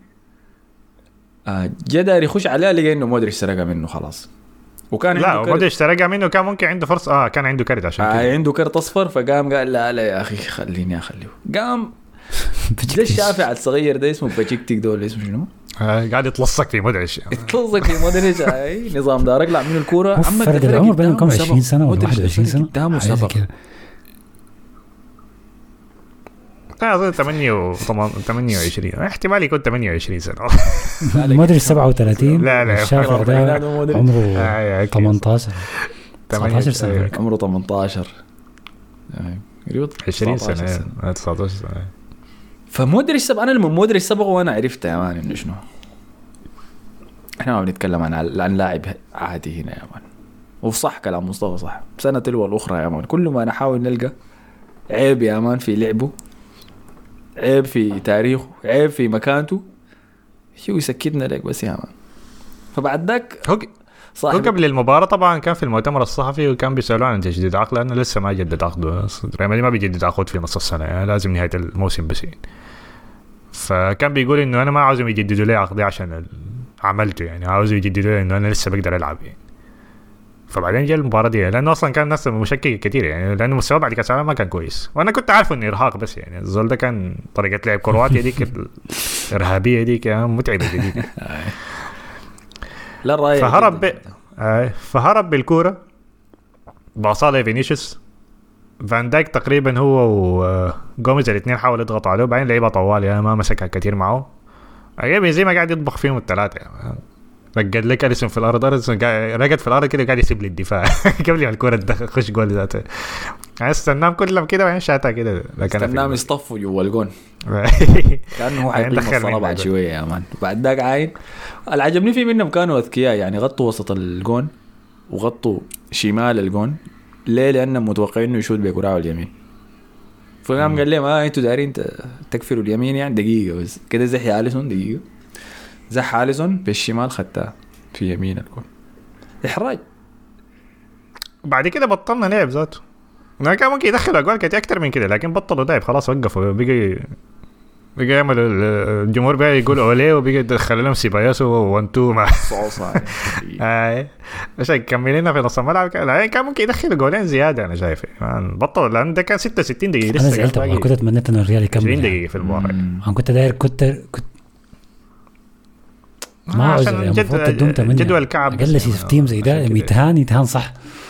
جدار يخش عليها لقى إنه مودريتش سرقها منه خلاص وكان لا مودريتش سرقها منه كان ممكن عنده فرصة كان عنده كارت عشان كده عنده كارت أصفر فقام قال لا يا أخي خليني أخليه قام ده الشافع الصغير ده اسمه باجيكتيك دول اسمه شنو قاعد يتلصق في مودريتش يتلصق في مودريتش نظام دارك لا من الكرة فرق العمر بينهم كم 20 سنة ولا 21 سنة قدامه سبق أظن 28 احتمال يكون 28 سنة مودريتش 37 لا الشافع ده عمره 18 19 سنة عمره 18 20 سنة 19 سنة. فمودريتش انا لما مودريتش سبقه وانا عرفت يا مان انه شنو احنا ما بنتكلم عن لاعب عادي هنا يا مان. وصح كلام مصطفى صح، سنة تلو الأخرى يا مان كل ما نحاول نلقى عيب يا مان في لعبه، عيب في تاريخه، عيب في مكانته، شو يسكتنا لك بس يا مان. فبعد ذاك هو قبل المباراة طبعا كان في المؤتمر الصحفي وكان بيسألوا عن تجديد عقد لأنه لسه ما جدد عقده. ريال مدريد ما بيجدد عقد في نص السنة يعني لازم نهاية الموسم بس يعني. فكان بيقول إنه أنا ما عاوزهم يجددوا لي عقدي عشان عملته يعني، عاوزوا يجددوا لي إنه أنا لسه بقدر ألعب يعني. فبعدين جاء المباراة دي لأنه أصلا كان الناس مشككة كتير يعني لأنه مستوى بعد كأس العالم ما كان كويس، وأنا كنت عارفه إنه إرهاق بس يعني الزول ده كان طريقة لعب كرواتيا ديك الإرهابية ديك يعني متعبة جديد. لا رأي فهرب بالكورة باصاله فينيسيوس. فان دايك تقريبا هو وغوميز الاثنين حاولوا يضغطوا عليه وبعدين لعبها طوال يعني ما مسكها كتير معه. عجبني زي ما قاعد يطبخ فيهم الثلاثة يعني. رقد لك أليسون في الأرض، رقد في الأرض كده قاعد يسيب لي الدفاع قبل ما الكورة تخش جول ذاته. يعني استنام كلهم كده وين شاتها كده استنام يصطفوا جوا الجون كأنه هو حيقيم الصلاة بعد شوية يا مان. بعد ذاك عاين العجبني فيه منهم كانوا أذكياء يعني غطوا وسط الجون وغطوا شمال الجون. ليه؟ لأنهم متوقعين إنه يشوت بكرة اليمين. فقام قال لهم أنتوا دارين تكفروا اليمين يعني دقيقة بس كده زحي أليسون دقيقة زح أليسون بالشمال خدتها في يمين الجون إحراج. بعد كده بطلنا لعب ذاته. ما كان ممكن يدخل أجوال كتير أكتر من كده لكن بطلوا لعب خلاص وقفوا. بيجي يعمل الجمهور بقى يقول أوليه وبيجي يدخل لهم سيباياسو وانتو مع صوصة مش كملنا في نص الملعب كان ممكن يدخل جولين زيادة. أنا شايف بطل لأن ده كان 66 دقيقة. أنا زعلت كنت أتمنيت إنه الريال يكمل 20 دقيقة في المباراة. أنا كنت داير كنت ما عشان جدول الكعب أقل شيء في تيم زي ده يتهان صح.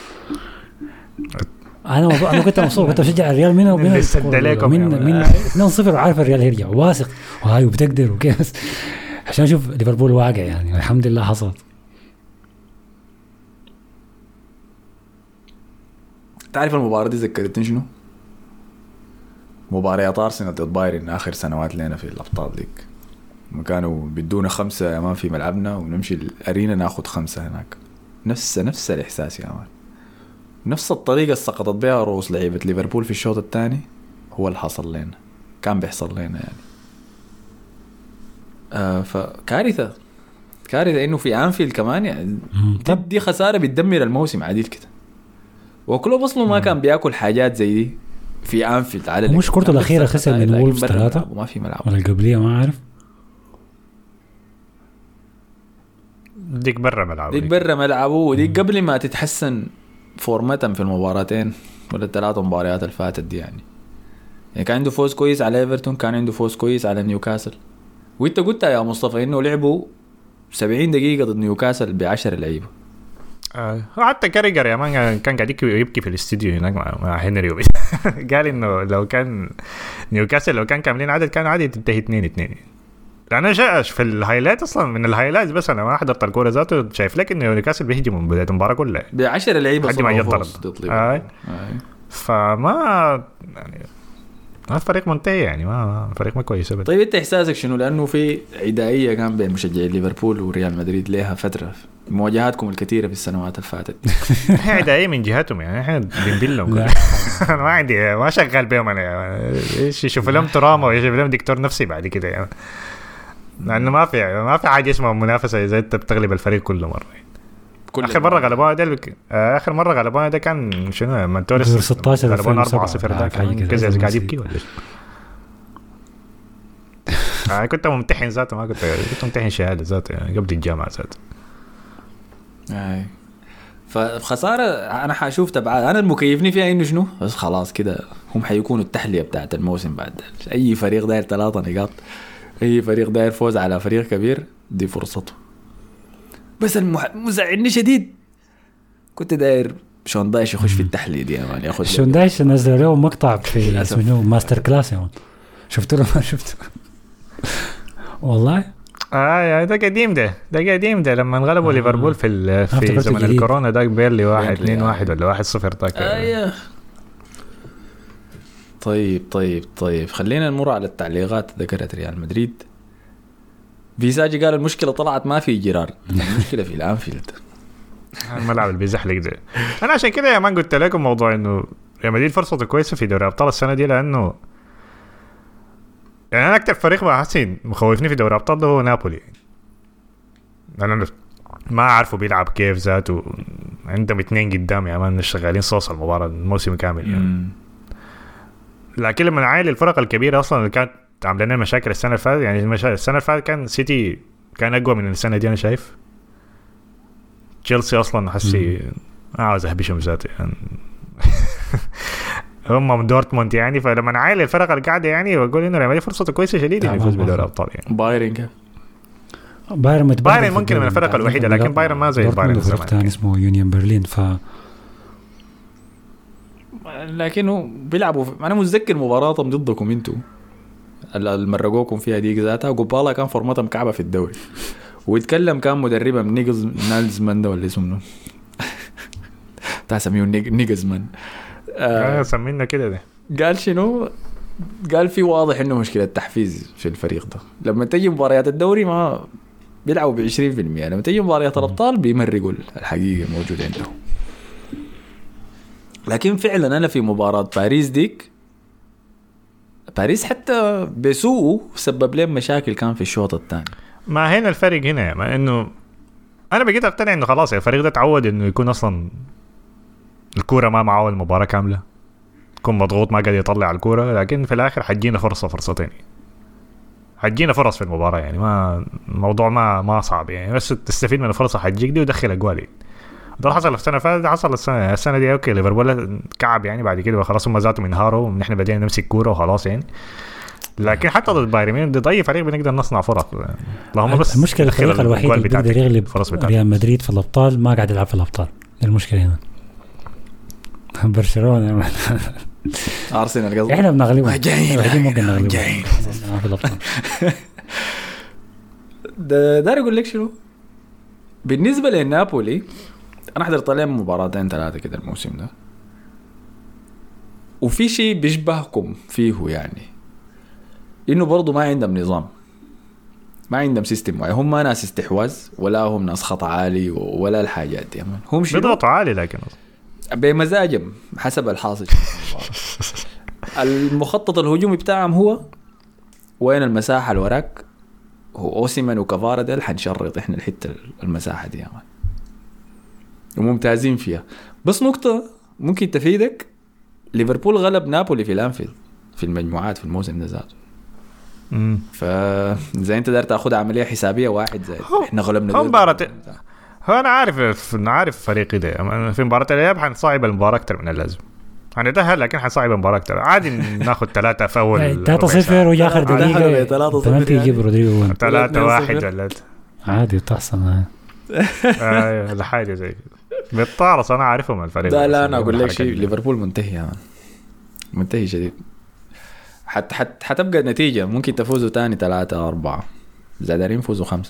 أنا كنت مبسوط كنت بشجع الريال من 2-0 وعارف الريال هيرجع واثق وهاي وبتقدر وكيف عشان أشوف ليفربول واقع يعني الحمد لله حصلت. تعرف المباراة دي ذكرتني شنو؟ مباريات أرسنال ضد بايرن آخر سنوات لنا في الأبطال ديك ما كانوا بدونا 5 أمام في ملعبنا ونمشي الأرينا ناخد 5 هناك. نفس الإحساس يا مان. نفس الطريقة اللي سقطت بها رؤوس لعيبة ليفربول في الشوط الثاني هو اللي حصل لنا كان بيحصل لنا يعني. فكارثة إنه في أنفيلد كمان يعني دي خسارة بتدمر الموسم عديل كده. وكله أصله ما كان بيأكل حاجات زي دي في أنفيلد على مش كورته الأخيرة خسر من وولفز 3 وما في ملعب ولا القبلية ما عارف ديك برا ملعبه وديك قبل ما تتحسن فورمتهم في المباراتين ولا 3 مباريات الفاتت دي يعني كان عنده فوز كويس على ايفرتون كان عنده فوز كويس على نيوكاسل. وانت قلت يا مصطفى انه لعبوا 70 دقيقة ضد نيوكاسل ب10 لعيبة. حتى كاريجر يا مان كان قاعد يبكي في الاستديو هناك مع هنري قال انه لو كان نيوكاسل لو كان كاملين عدد كان عادي تنتهي 2-2. انا شايف في الهايلايت اصلا من الهايلايت بس انا ما حضرت الكوره ذاته شايف لك انه نيوكاسل بيهجموا من بدايه المباراه كلها ب10 لعيبه لحد ما يضرب. فما يعني هذا فريق منتهي يعني ما فريق ما كويس ابدا. طيب انت احساسك شنو؟ لانه في عدائيه كان بين مشجعي ليفربول وريال مدريد لها فتره مواجهاتكم الكثيره في السنوات الفاتت. هي عدائيه من جهتهم يعني احنا بنبلهم انا ما عندي ما شغال بهم انا ايش يشوف لهم تراما ويشوف لهم دكتور نفسي بعد كده يعني لانه ما في حاجه اسمها منافسه اذا انت بتغلب الفريق كل مره. اخر مره غلبونا ده كان شنو من توريس 16 غلبونا 4-0 ده كذا قاعد يبكي ولا ايش. كنت ممتحن ذاته ما كنت ممتحن شهاده ذاته يعني قبل الجامعه ذاته. فخساره انا حاشوف تبع انا المكيفني فيها انه شنو بس خلاص كده هم حيكونوا التحليه بتاعت الموسم بعد. اي فريق داير 3 نقاط اي فريق داير فوز على فريق كبير دي فرصته. بس مزعلني شديد كنت داير شون دايش يخش في التحليه دي يعني ياخذ شون دايش نزل له مقطع في اسمه ماستر كلاس يعني شفت له ما شفته والله ده قديم ده لما انغلبوا ليفربول في زمن الكورونا ده بيرلي 1-2-1 ولا 1-0 طيب طيب خلينا نمر على التعليقات. ذكرت ريال مدريد، فيساجي قال المشكلة طلعت ما في جيرارد، المشكلة في الأنفيلد. الملعب اللي بيزحلق ده. أنا عشان كده يا مان قلت لكم موضوع إنه ريال مدريد فرصته كويسة في دوري أبطال السنة دي، لأنه يعني أنا أكتر فريق بقى حسين مخوفني في دوري أبطال ده هو نابولي. أنا ما أعرفه بيلعب كيف ذاته، عندهم 2 قدام يا مان شغالين صوص المباراة الموسم كامل يعني. لكن لما نعاين الفرق الكبيرة أصلا اللي كانت عاملين لنا مشاكل السنة اللي فاتت، يعني السنة اللي فاتت كان سيتي كان أقوى من السنة دي أنا شايف. تشيلسي أصلا حسي عاوز أهبشهم ذاته يعني. هم من دورتموند يعني. فلما نعاين الفرق اللي قاعدة يعني بقول إنه ريال فرصته كويسة شديدة إنه يفوز بدوري الأبطال يعني. بايرن ممكن من الفرق الوحيدة، لكن بايرن ما زي بايرن زمان. اسمه يونيون برلين لكنه بيلعبوا انا متذكر مباراتهم ضدكم انتوا المرقوكم فيها ديك ذاتها، وقبالها كان فورمتهم كعبة في الدوري، ويتكلم كان مدربه من نيجلزمان ده ولا اسمه تسميه نيجلزمان سمينا كده ده. قال شنو؟ قال في واضح انه مشكلة تحفيز في الفريق ده. لما تجي مباريات الدوري ما بيلعبوا ب20%، لما تجي مباريات الابطال بيمرقوا الحقيقة موجودة عندهم. لكن فعلا أنا في مباراة باريس ديك، باريس حتى بسوء سبب لهم مشاكل كان في الشوط الثاني. ما هنا الفرق هنا ما إنه أنا بقيت أقتنع إنه خلاص الفريق ده تعود إنه يكون أصلا الكورة ما معه المباراة كاملة، يكون مضغوط ما قادر يطلع الكورة، لكن في الآخر حجينا فرصتين، حجينا فرص في المباراة يعني. ما الموضوع ما صعب يعني، بس تستفيد من الفرصة حجيك دي ودخل أجوالي. ده حصل السنة فاتت، حصل السنة دي اوكي ليفربول كعب يعني. بعد كده خلاص هم ذاتهم انهاروا ونحن بدينا نمسك كورة وخلاص يعني. لكن حتى ضد بايرن دي ضيف فريق بنقدر نصنع فرص. اللهم بس المشكلة الفريق الوحيد اللي بيقدر يغلب ريال مدريد في الأبطال ما قاعد يلعب في الأبطال. المشكلة هنا برشلونة أرسنال قصدي احنا بنغلبهم، ممكن نغلبهم في الأبطال. ده أقول لك شنو بالنسبة لنابولي، أنا حضرت لهم 2-3 كده الموسم ده، وفي شيء بيشبهكم فيه يعني إنه برضو ما عندهم نظام، ما عندهم سيستم واعي. هم ناس استحواذ ولا هم ناس خط عالي ولا الحاجات دي، هم بيضغطوا عالي لكن بمزاجهم حسب الحاصل. المخطط الهجومي بتاعهم هو وين المساحة الوراك، هو أوسيمان وكفارة ديل حنشرط إحنا الحتة المساحة دي يعني. وممتازين فيها. بس نقطة ممكن تفيدك، ليفربول غلب نابولي في الأنفيلد في المجموعات في الموسم ده ذاته. فزي أنت دارت تأخذ عملية حسابية 1 زائد إحنا غلبنا مباراة. هو أنا عارف فريقي ده في مباراة الإياب حنصعب المباراة أكتر من اللازم. هنتأهل لكن حنصعب المباراة أكتر. عادي ناخد 3 في أول 3-0 ويا آخر دقيقة 3-0 يجيب رودريجو 3-1 ولا عادي تحصل. ايوه الحاجة زي بالطارس. أنا عارفهم الفريق ده. لا أنا أقول لك شيء، ليفربول منتهي يعني. منتهي شديد. حتبقى النتيجة ممكن تفوزوا تاني 3-4 زادرين فوزوا 5.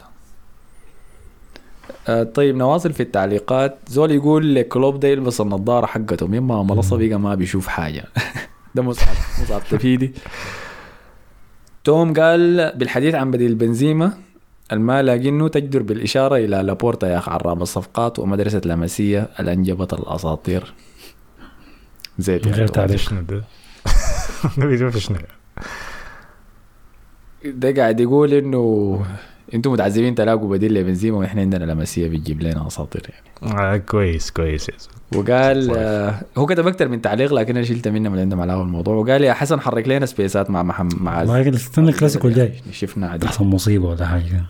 طيب نواصل في التعليقات. زول يقول لك كلوب ده يلبس النظارة حقته مما ملصة بيقى ما بيشوف حاجة. ده مصعب تفيدي. توم قال بالحديث عن بديل بنزيما المال انه تجدر بالإشارة إلى لابورتا يا أخ عراب الصفقات ومدرسة لاماسيا الأنجبة الأساطير. زيت غير تعريف ده بيشوف شنو ده قاعد يقول إنه انتم متعذبين تلاقوا بديل لبنزيما واحنا عندنا لاماسيا بيجيب لنا اساطير يعني. كويس وقال هو كتب اكثر من تعليق لكن انا شلت منه من عندهم على الموضوع. وقال يا حسن حرك لنا سبيسات مع ما قال استنى الكلاسيكو الجاي شفنا عادي تحصل مصيبه ولا حاجه.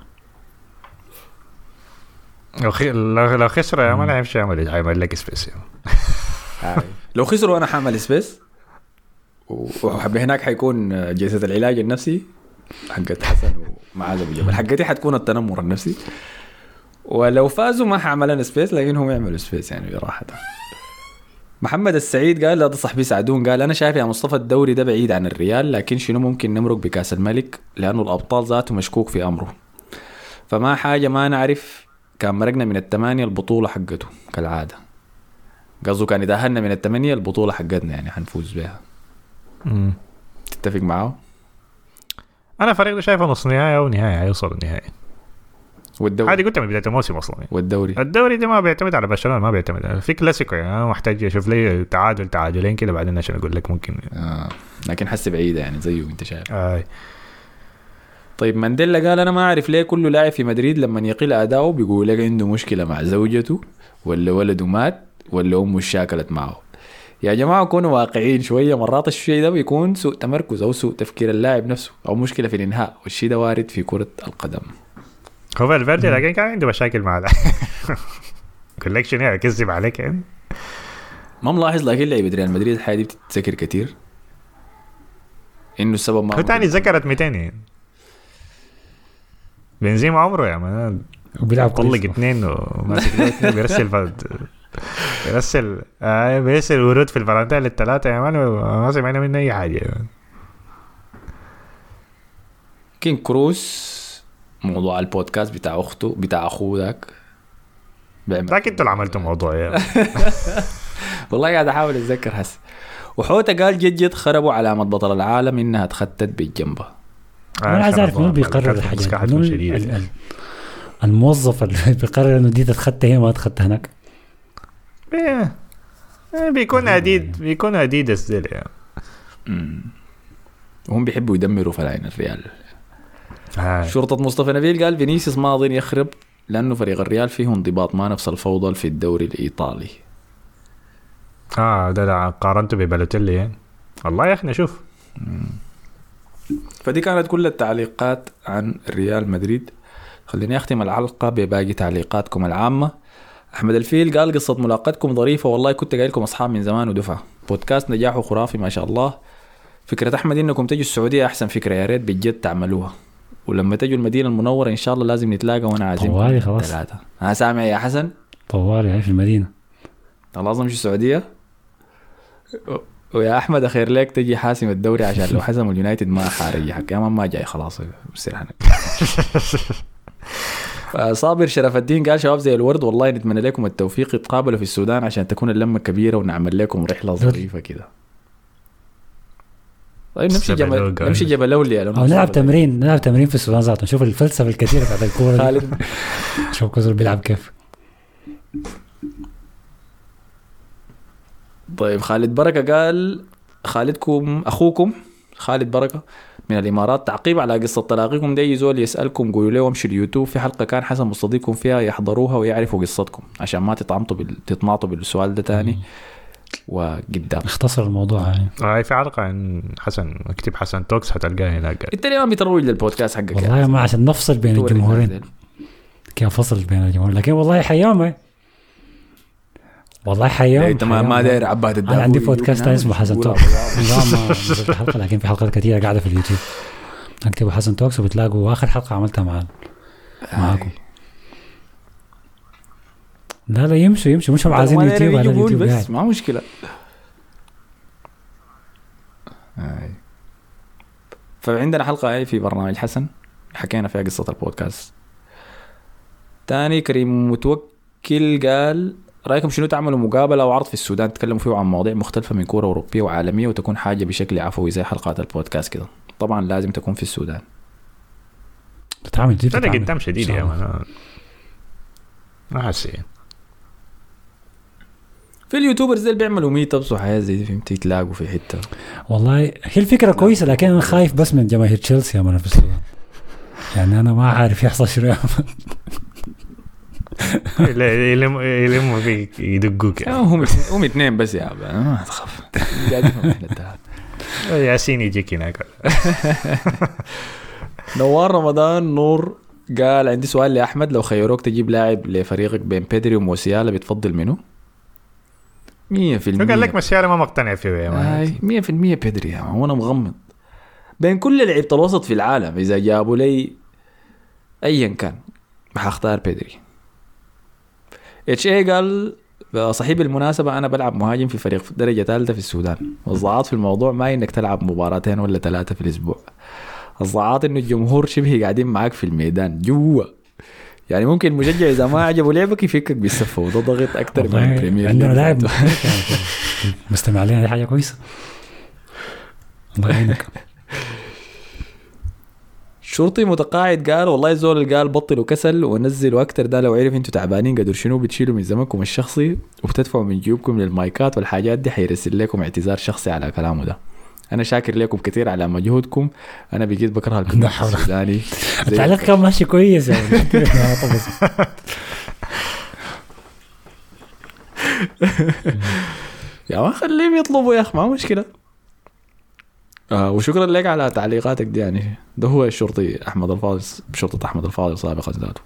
لو خسر يا مان هيمشي يعمل لك سبيس. لو خسروا انا حامل سبيس وحب هناك حيكون جلسه العلاج النفسي حقت حسن ومعاذ ابو جبل. حقتي حتكون التنمر النفسي. ولو فازوا ما حعمل لنا سبيس لكنهم يعملوا سبيس يعني براحه. محمد السعيد قال لا ده صاحبي سعدون قال انا شايف يا مصطفى الدوري ده بعيد عن الريال لكن شنو ممكن نمرق بكاس الملك لانه الابطال ذاته مشكوك في امره فما حاجه ما نعرف. كان مرقنا من 8 البطوله حقته كالعاده. قصده كان يتاهلنا من 8 البطوله حقتنا يعني حنفوز بها. تتفق معه؟ انا فريق شايفه نص نهائي او نهائي هيوصل النهائي. والدوري هذه قلت من بدايه الموسم اصلا. والدوري ده ما بيعتمد على برشلونه، ما بيعتمد في كلاسيكو يعني. انا محتاج اشوف لي تعادلين كده بعدين عشان اقول لك ممكن. لكن حس بعيده يعني زيه انت شايف. طيب مانديلا قال انا ما اعرف ليه كل لاعب في مدريد لما يقل اداؤه بيقول لك عنده مشكله مع زوجته ولا ولده مات ولا امه شاكلت معه. يا جماعه كونوا واقعيين شويه، مرات الشيء ده بيكون سوء تمركز او سوء تفكير اللاعب نفسه او مشكله في الانهاء، والشيء ده وارد في كره القدم. هو فالفيردي لكن كان عنده مشاكل مع ده. كولكشن يعني كذب عليك يعني. ما ملاحظ لكن لعيبه ريال مدريد الحياه دي بتتذكر كتير انه السبب ما هو تاني ذكرت 200 يعني. بنزيما عمره يا مان وبيلعب طلق 2 وماسك 2 بيرسل ورود في الفالنتين للثلاثه يا مان، ما سمعنا منه اي حاجه يعني. كين كروس موضوع البودكاست بتاع اخته بتاع اخوه ذاك، لكن انتوا اللي عملتوا موضوع يا والله قاعد احاول اتذكر هسه. وحوته قال جد خربوا علامه بطل العالم انها تختت بالجنبه. انا عايز اعرف مين بيقرر الحاجات دي. الموظف اللي بيقرر انه دي تتخطى هي ما تتخطى هناك. بيكون عديد الزل يعني. وهم بيحبوا يدمروا فلاين الريال. شرطة مصطفى نبيل قال فينيسيوس ما أظن يخرب لأنه فريق الريال فيه انضباط ما نفس الفوضى في الدوري الإيطالي. ده قارنته ببالوتيلي يعني. والله يا أخي نشوف. فدي كانت كل التعليقات عن ريال مدريد. خليني أختم الحلقة بباقي تعليقاتكم العامة. أحمد الفيل قال قصة ملاقاتكم ظريفة والله كنت قايلكم أصحاب من زمان ودفع بودكاست نجاحه خرافي ما شاء الله. فكرة أحمد إنكم تجوا السعودية أحسن فكرة، يا ريت بجد تعملوها، ولما تجوا المدينة المنورة إن شاء الله لازم نتلاقى وأنا عازم طوالي خلاص 3. ها سامع يا حسن؟ طوالي في المدينة خلاص نمشي السعودية. ويا أحمد أخير لك تجي حاسم الدوري عشان لو حسم اليونايتد ما حارجحك يا ما جاي خلاص بصير هناك. صابر شرف الدين قال شباب زي الورد والله نتمنى لكم التوفيق يتقابلوا في السودان عشان تكون اللمة كبيرة ونعمل لكم رحلة ظريفة كده. طيب نمشي جبل لولي او نلعب تمرين في السودان ذاته نشوف الفلسفة الكثيرة بتاعت الكورة. خالد شوف كوزر بيلعب كيف. طيب خالد بركة قال أخوكم خالد بركة من الإمارات تعقيب على قصة طلاقكم دي زول يسألكم قولوا له وامشوا اليوتيوب في حلقة كان حسن مصديقكم فيها يحضروها ويعرفوا قصتكم عشان ما تتناطوا بالسؤال ده تاني وقدام. اختصر الموضوع هاي في حلقة عن حسن اكتب حسن توكس حتلقاها هناك. انت ليه ما بتروج للبودكاست حقك؟ والله ما عشان نفصل بين الجمهورين كيف فصل بين الجمهور. لكن والله حيوم انت ما داير عباد الدافع. انا عندي بودكاست اسمه حسن توكس ما حلقة لكن في حلقات كثيرة قاعدة في اليوتيوب اكتبوا حسن توكس وبتلاقوا اخر حلقة عملتها معاكم. لا يمشوا مش هم عايزين يوتيوب على اليوتيوب بس ما مشكلة. فعندنا حلقة في برنامج حسن حكينا فيها قصة البودكاست. تاني كريم متوكل قال رأيكم شنو تعملوا مقابلة أو عرض في السودان تتكلموا فيه عن مواضيع مختلفة من كورة أوروبية وعالمية وتكون حاجة بشكل عفوي زي حلقات البودكاست كده. طبعا لازم تكون في السودان. بتعمل قدام شديد يا مان. ما حسين في اليوتيوبرز اللي بيعملوا ميت وحياة زي دي فهمت يتلاقوا في حتة. والله هي الفكرة كويسة لكن أنا خايف بس من جماهير تشيلسي يا مان في السودان. يعني أنا ما عارف يحصل شنو. يلموا فيك يدقوك يعني. هم 2 بس يا عبا ما تخاف ياسين يجيك هناك. نوار رمضان نور قال عندي سؤال لأحمد لو خيروك تجيب لاعب لفريقك بين بيدري وموسيالا بتفضل منه؟ 100%. قال لك موسيالا ما مقتنع فيه يا مان. 100% بيدري يا مان وانا مغمض بين كل لعيبة الوسط في العالم إذا جابوا لي أيا كان هختار بيدري. قال صحيح بالمناسبة أنا بلعب مهاجم في فريق درجة 3 في السودان. والضعات في الموضوع ما إنك تلعب 2 ولا 3 في الأسبوع. الضعات إنه الجمهور شبه قاعدين معاك في الميدان جوا. يعني ممكن المشجع إذا ما عجبه لعبك يفكك بالسفة وده ضغط أكتر من البريمير. عندنا لاعب مستمع علينا دي حاجة كويسة. الله يعينك. شرطي متقاعد قال والله الزول اللي قال بطل وكسل ونزل واكتر ده لو عرف انتوا تعبانين قدر شنو بتشيلوا من زمنكم الشخصي وبتدفعوا من جيوبكم للمايكات والحاجات دي حيرسل لكم اعتذار شخصي على كلامه ده. انا شاكر لكم كثير على مجهودكم. انا بقيت بكره الكلام السوداني. التعليق كان ماشي كويس يعني. يا ما خليهم يطلبوا يا اخ ما مشكله. وشكرا لك على تعليقاتك دي يعني. ده هو الشرطي احمد الفاضل بشرطه احمد الفاضل سابقا ذاته.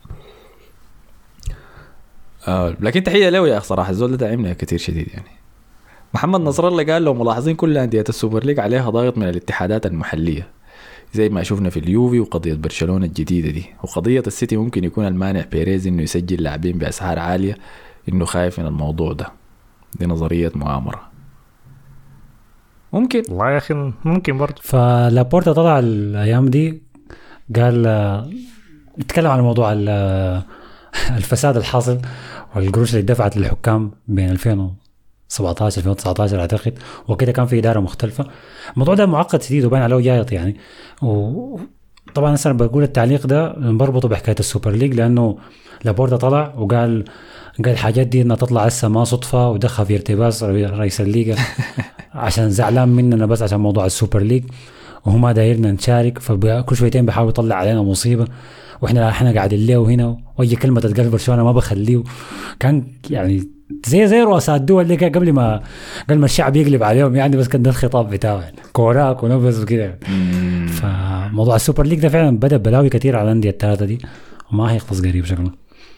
لكن تحيه له يا اخ صراحه الزول ده داعمنا كثير شديد يعني. محمد نصر الله قال لو ملاحظين كل انديه السوبر ليج عليها ضغط من الاتحادات المحليه زي ما شفنا في اليوفي وقضيه برشلونه الجديده دي. وقضيه السيتي ممكن يكون المانع بيريز انه يسجل لاعبين باسعار عاليه انه خايف من الموضوع ده. دي نظريه مؤامره ممكن. والله يا اخي ممكن برضه. فلابورتا طلع الايام دي قال اتكلم عن موضوع الفساد الحاصل والقروش اللي دفعت للحكام بين 2017 2019 اعتقد وكده كان في اداره مختلفه. الموضوع ده معقد شديد وبين عليه جايط يعني. وطبعا انا بقول التعليق ده بربطه بحكايه السوبر ليج لانه لابورتا طلع وقال الحاجات دي انها تطلع هسه ما صدفه ودخل في ارتباس رئيس الليغا عشان زعلان مننا بس عشان موضوع السوبر ليج وهما دايرنا نشارك فكل شويتين بيحاول يطلع علينا مصيبه واحنا قاعدين له هنا واي كلمه تتقال برشلونه ما بخليه. كان يعني زي رؤساء الدول اللي قبل ما الشعب يقلب عليهم يعني بس كان ده الخطاب بتاعه يعني كوراك ونفس وكده. فموضوع السوبر ليج ده فعلا بدا بلاوي كتير على الانديه الثلاثه دي وما هيخلص قريب شكله.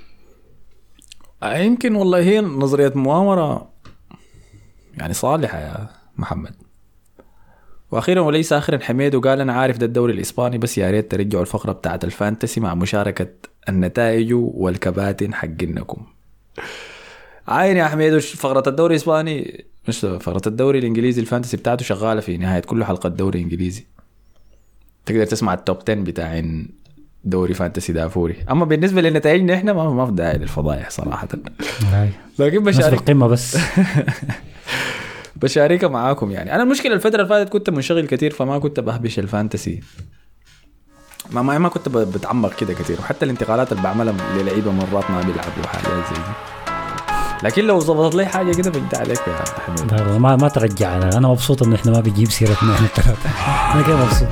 يمكن والله هي نظريه مؤامره يعني صالحه يا محمد. واخيرا وليس اخرا حميد وقال انا عارف ده الدوري الاسباني بس يا ريت ترجعوا الفقره بتاعه الفانتسي مع مشاركه النتائج والكباتن حقنكم. عاين يا حميد فقره الدوري الاسباني مش فقره الدوري الانجليزي الفانتسي بتاعته شغاله في نهايه كل حلقه دوري انجليزي. تقدر تسمع التوب 10 بتاعين دوري فانتسي دافوري. اما بالنسبه لنتائجنا احنا ما في داعي للفضايح صراحه. لكن بشارك القمه بس بشاركها معاكم يعني. انا المشكله الفتره اللي فاتت كنت منشغل كتير فما كنت بهبش الفانتسي ما كنت بتعمق كده كتير. وحتى الانتقالات اللي بعملها للعيبه مرات ما بيلعبوا حاجات زي دي. لكن لو ظبطت لي حاجه كده بنت عليك يا حميد. ما ترجع. انا مبسوط ان احنا ما بيجيب سيرتنا احنا الثلاثه. انا كده مبسوط.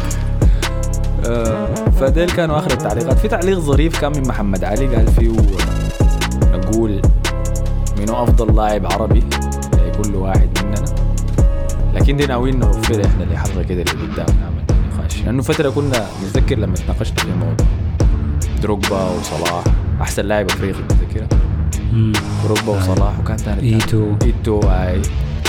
فديل كانوا اخر التعليقات. في تعليق ظريف كان من محمد علي قال فيه نقول منو افضل لاعب عربي لكل واحد مننا. لكن دي ناويين نوفر احنا لحظه كده اللي قدام نعمل نقاش لانه فتره كنا نتذكر لما تناقشنا في الموضوع دروجبا وصلاح احسن لاعب افريقي متذكره دروجبا وصلاح وكان ثاني ايتو اي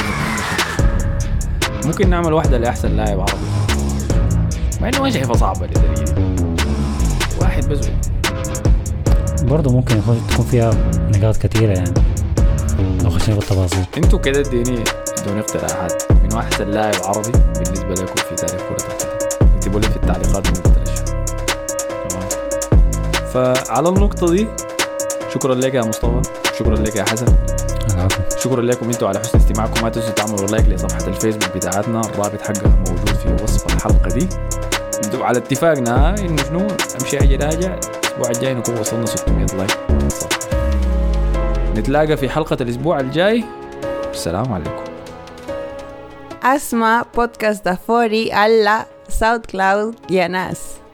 ممكن نعمل واحده لاحسن لاعب عربي مع انه ما شايفها صعبه لدرجه واحد بس برضه ممكن تكون فيها نقاط كثيره يعني لو خشينا بالتفاصيل. انتوا كده ادوني اقتراحات من احسن لاعب عربي بالنسبه لكم في تاريخ كره القدم. اكتبوا لي في التعليقات من تمام. فعلى النقطه دي شكرا لك يا مصطفى. شكرا لك يا حسن. شكرا لكم انتوا على حسن استماعكم. ما تنسوا تعملوا لايك لصفحه الفيسبوك بتاعتنا الرابط حقها موجود في وصف الحلقه دي. على اتفاقنا انه شنو امشي اجي راجع الاسبوع الجاي نكون وصلنا 600 لايك. نتلاقى في حلقه الاسبوع الجاي. السلام عليكم. اسمع بودكاست دافوري على ساوند كلاود يا ناس.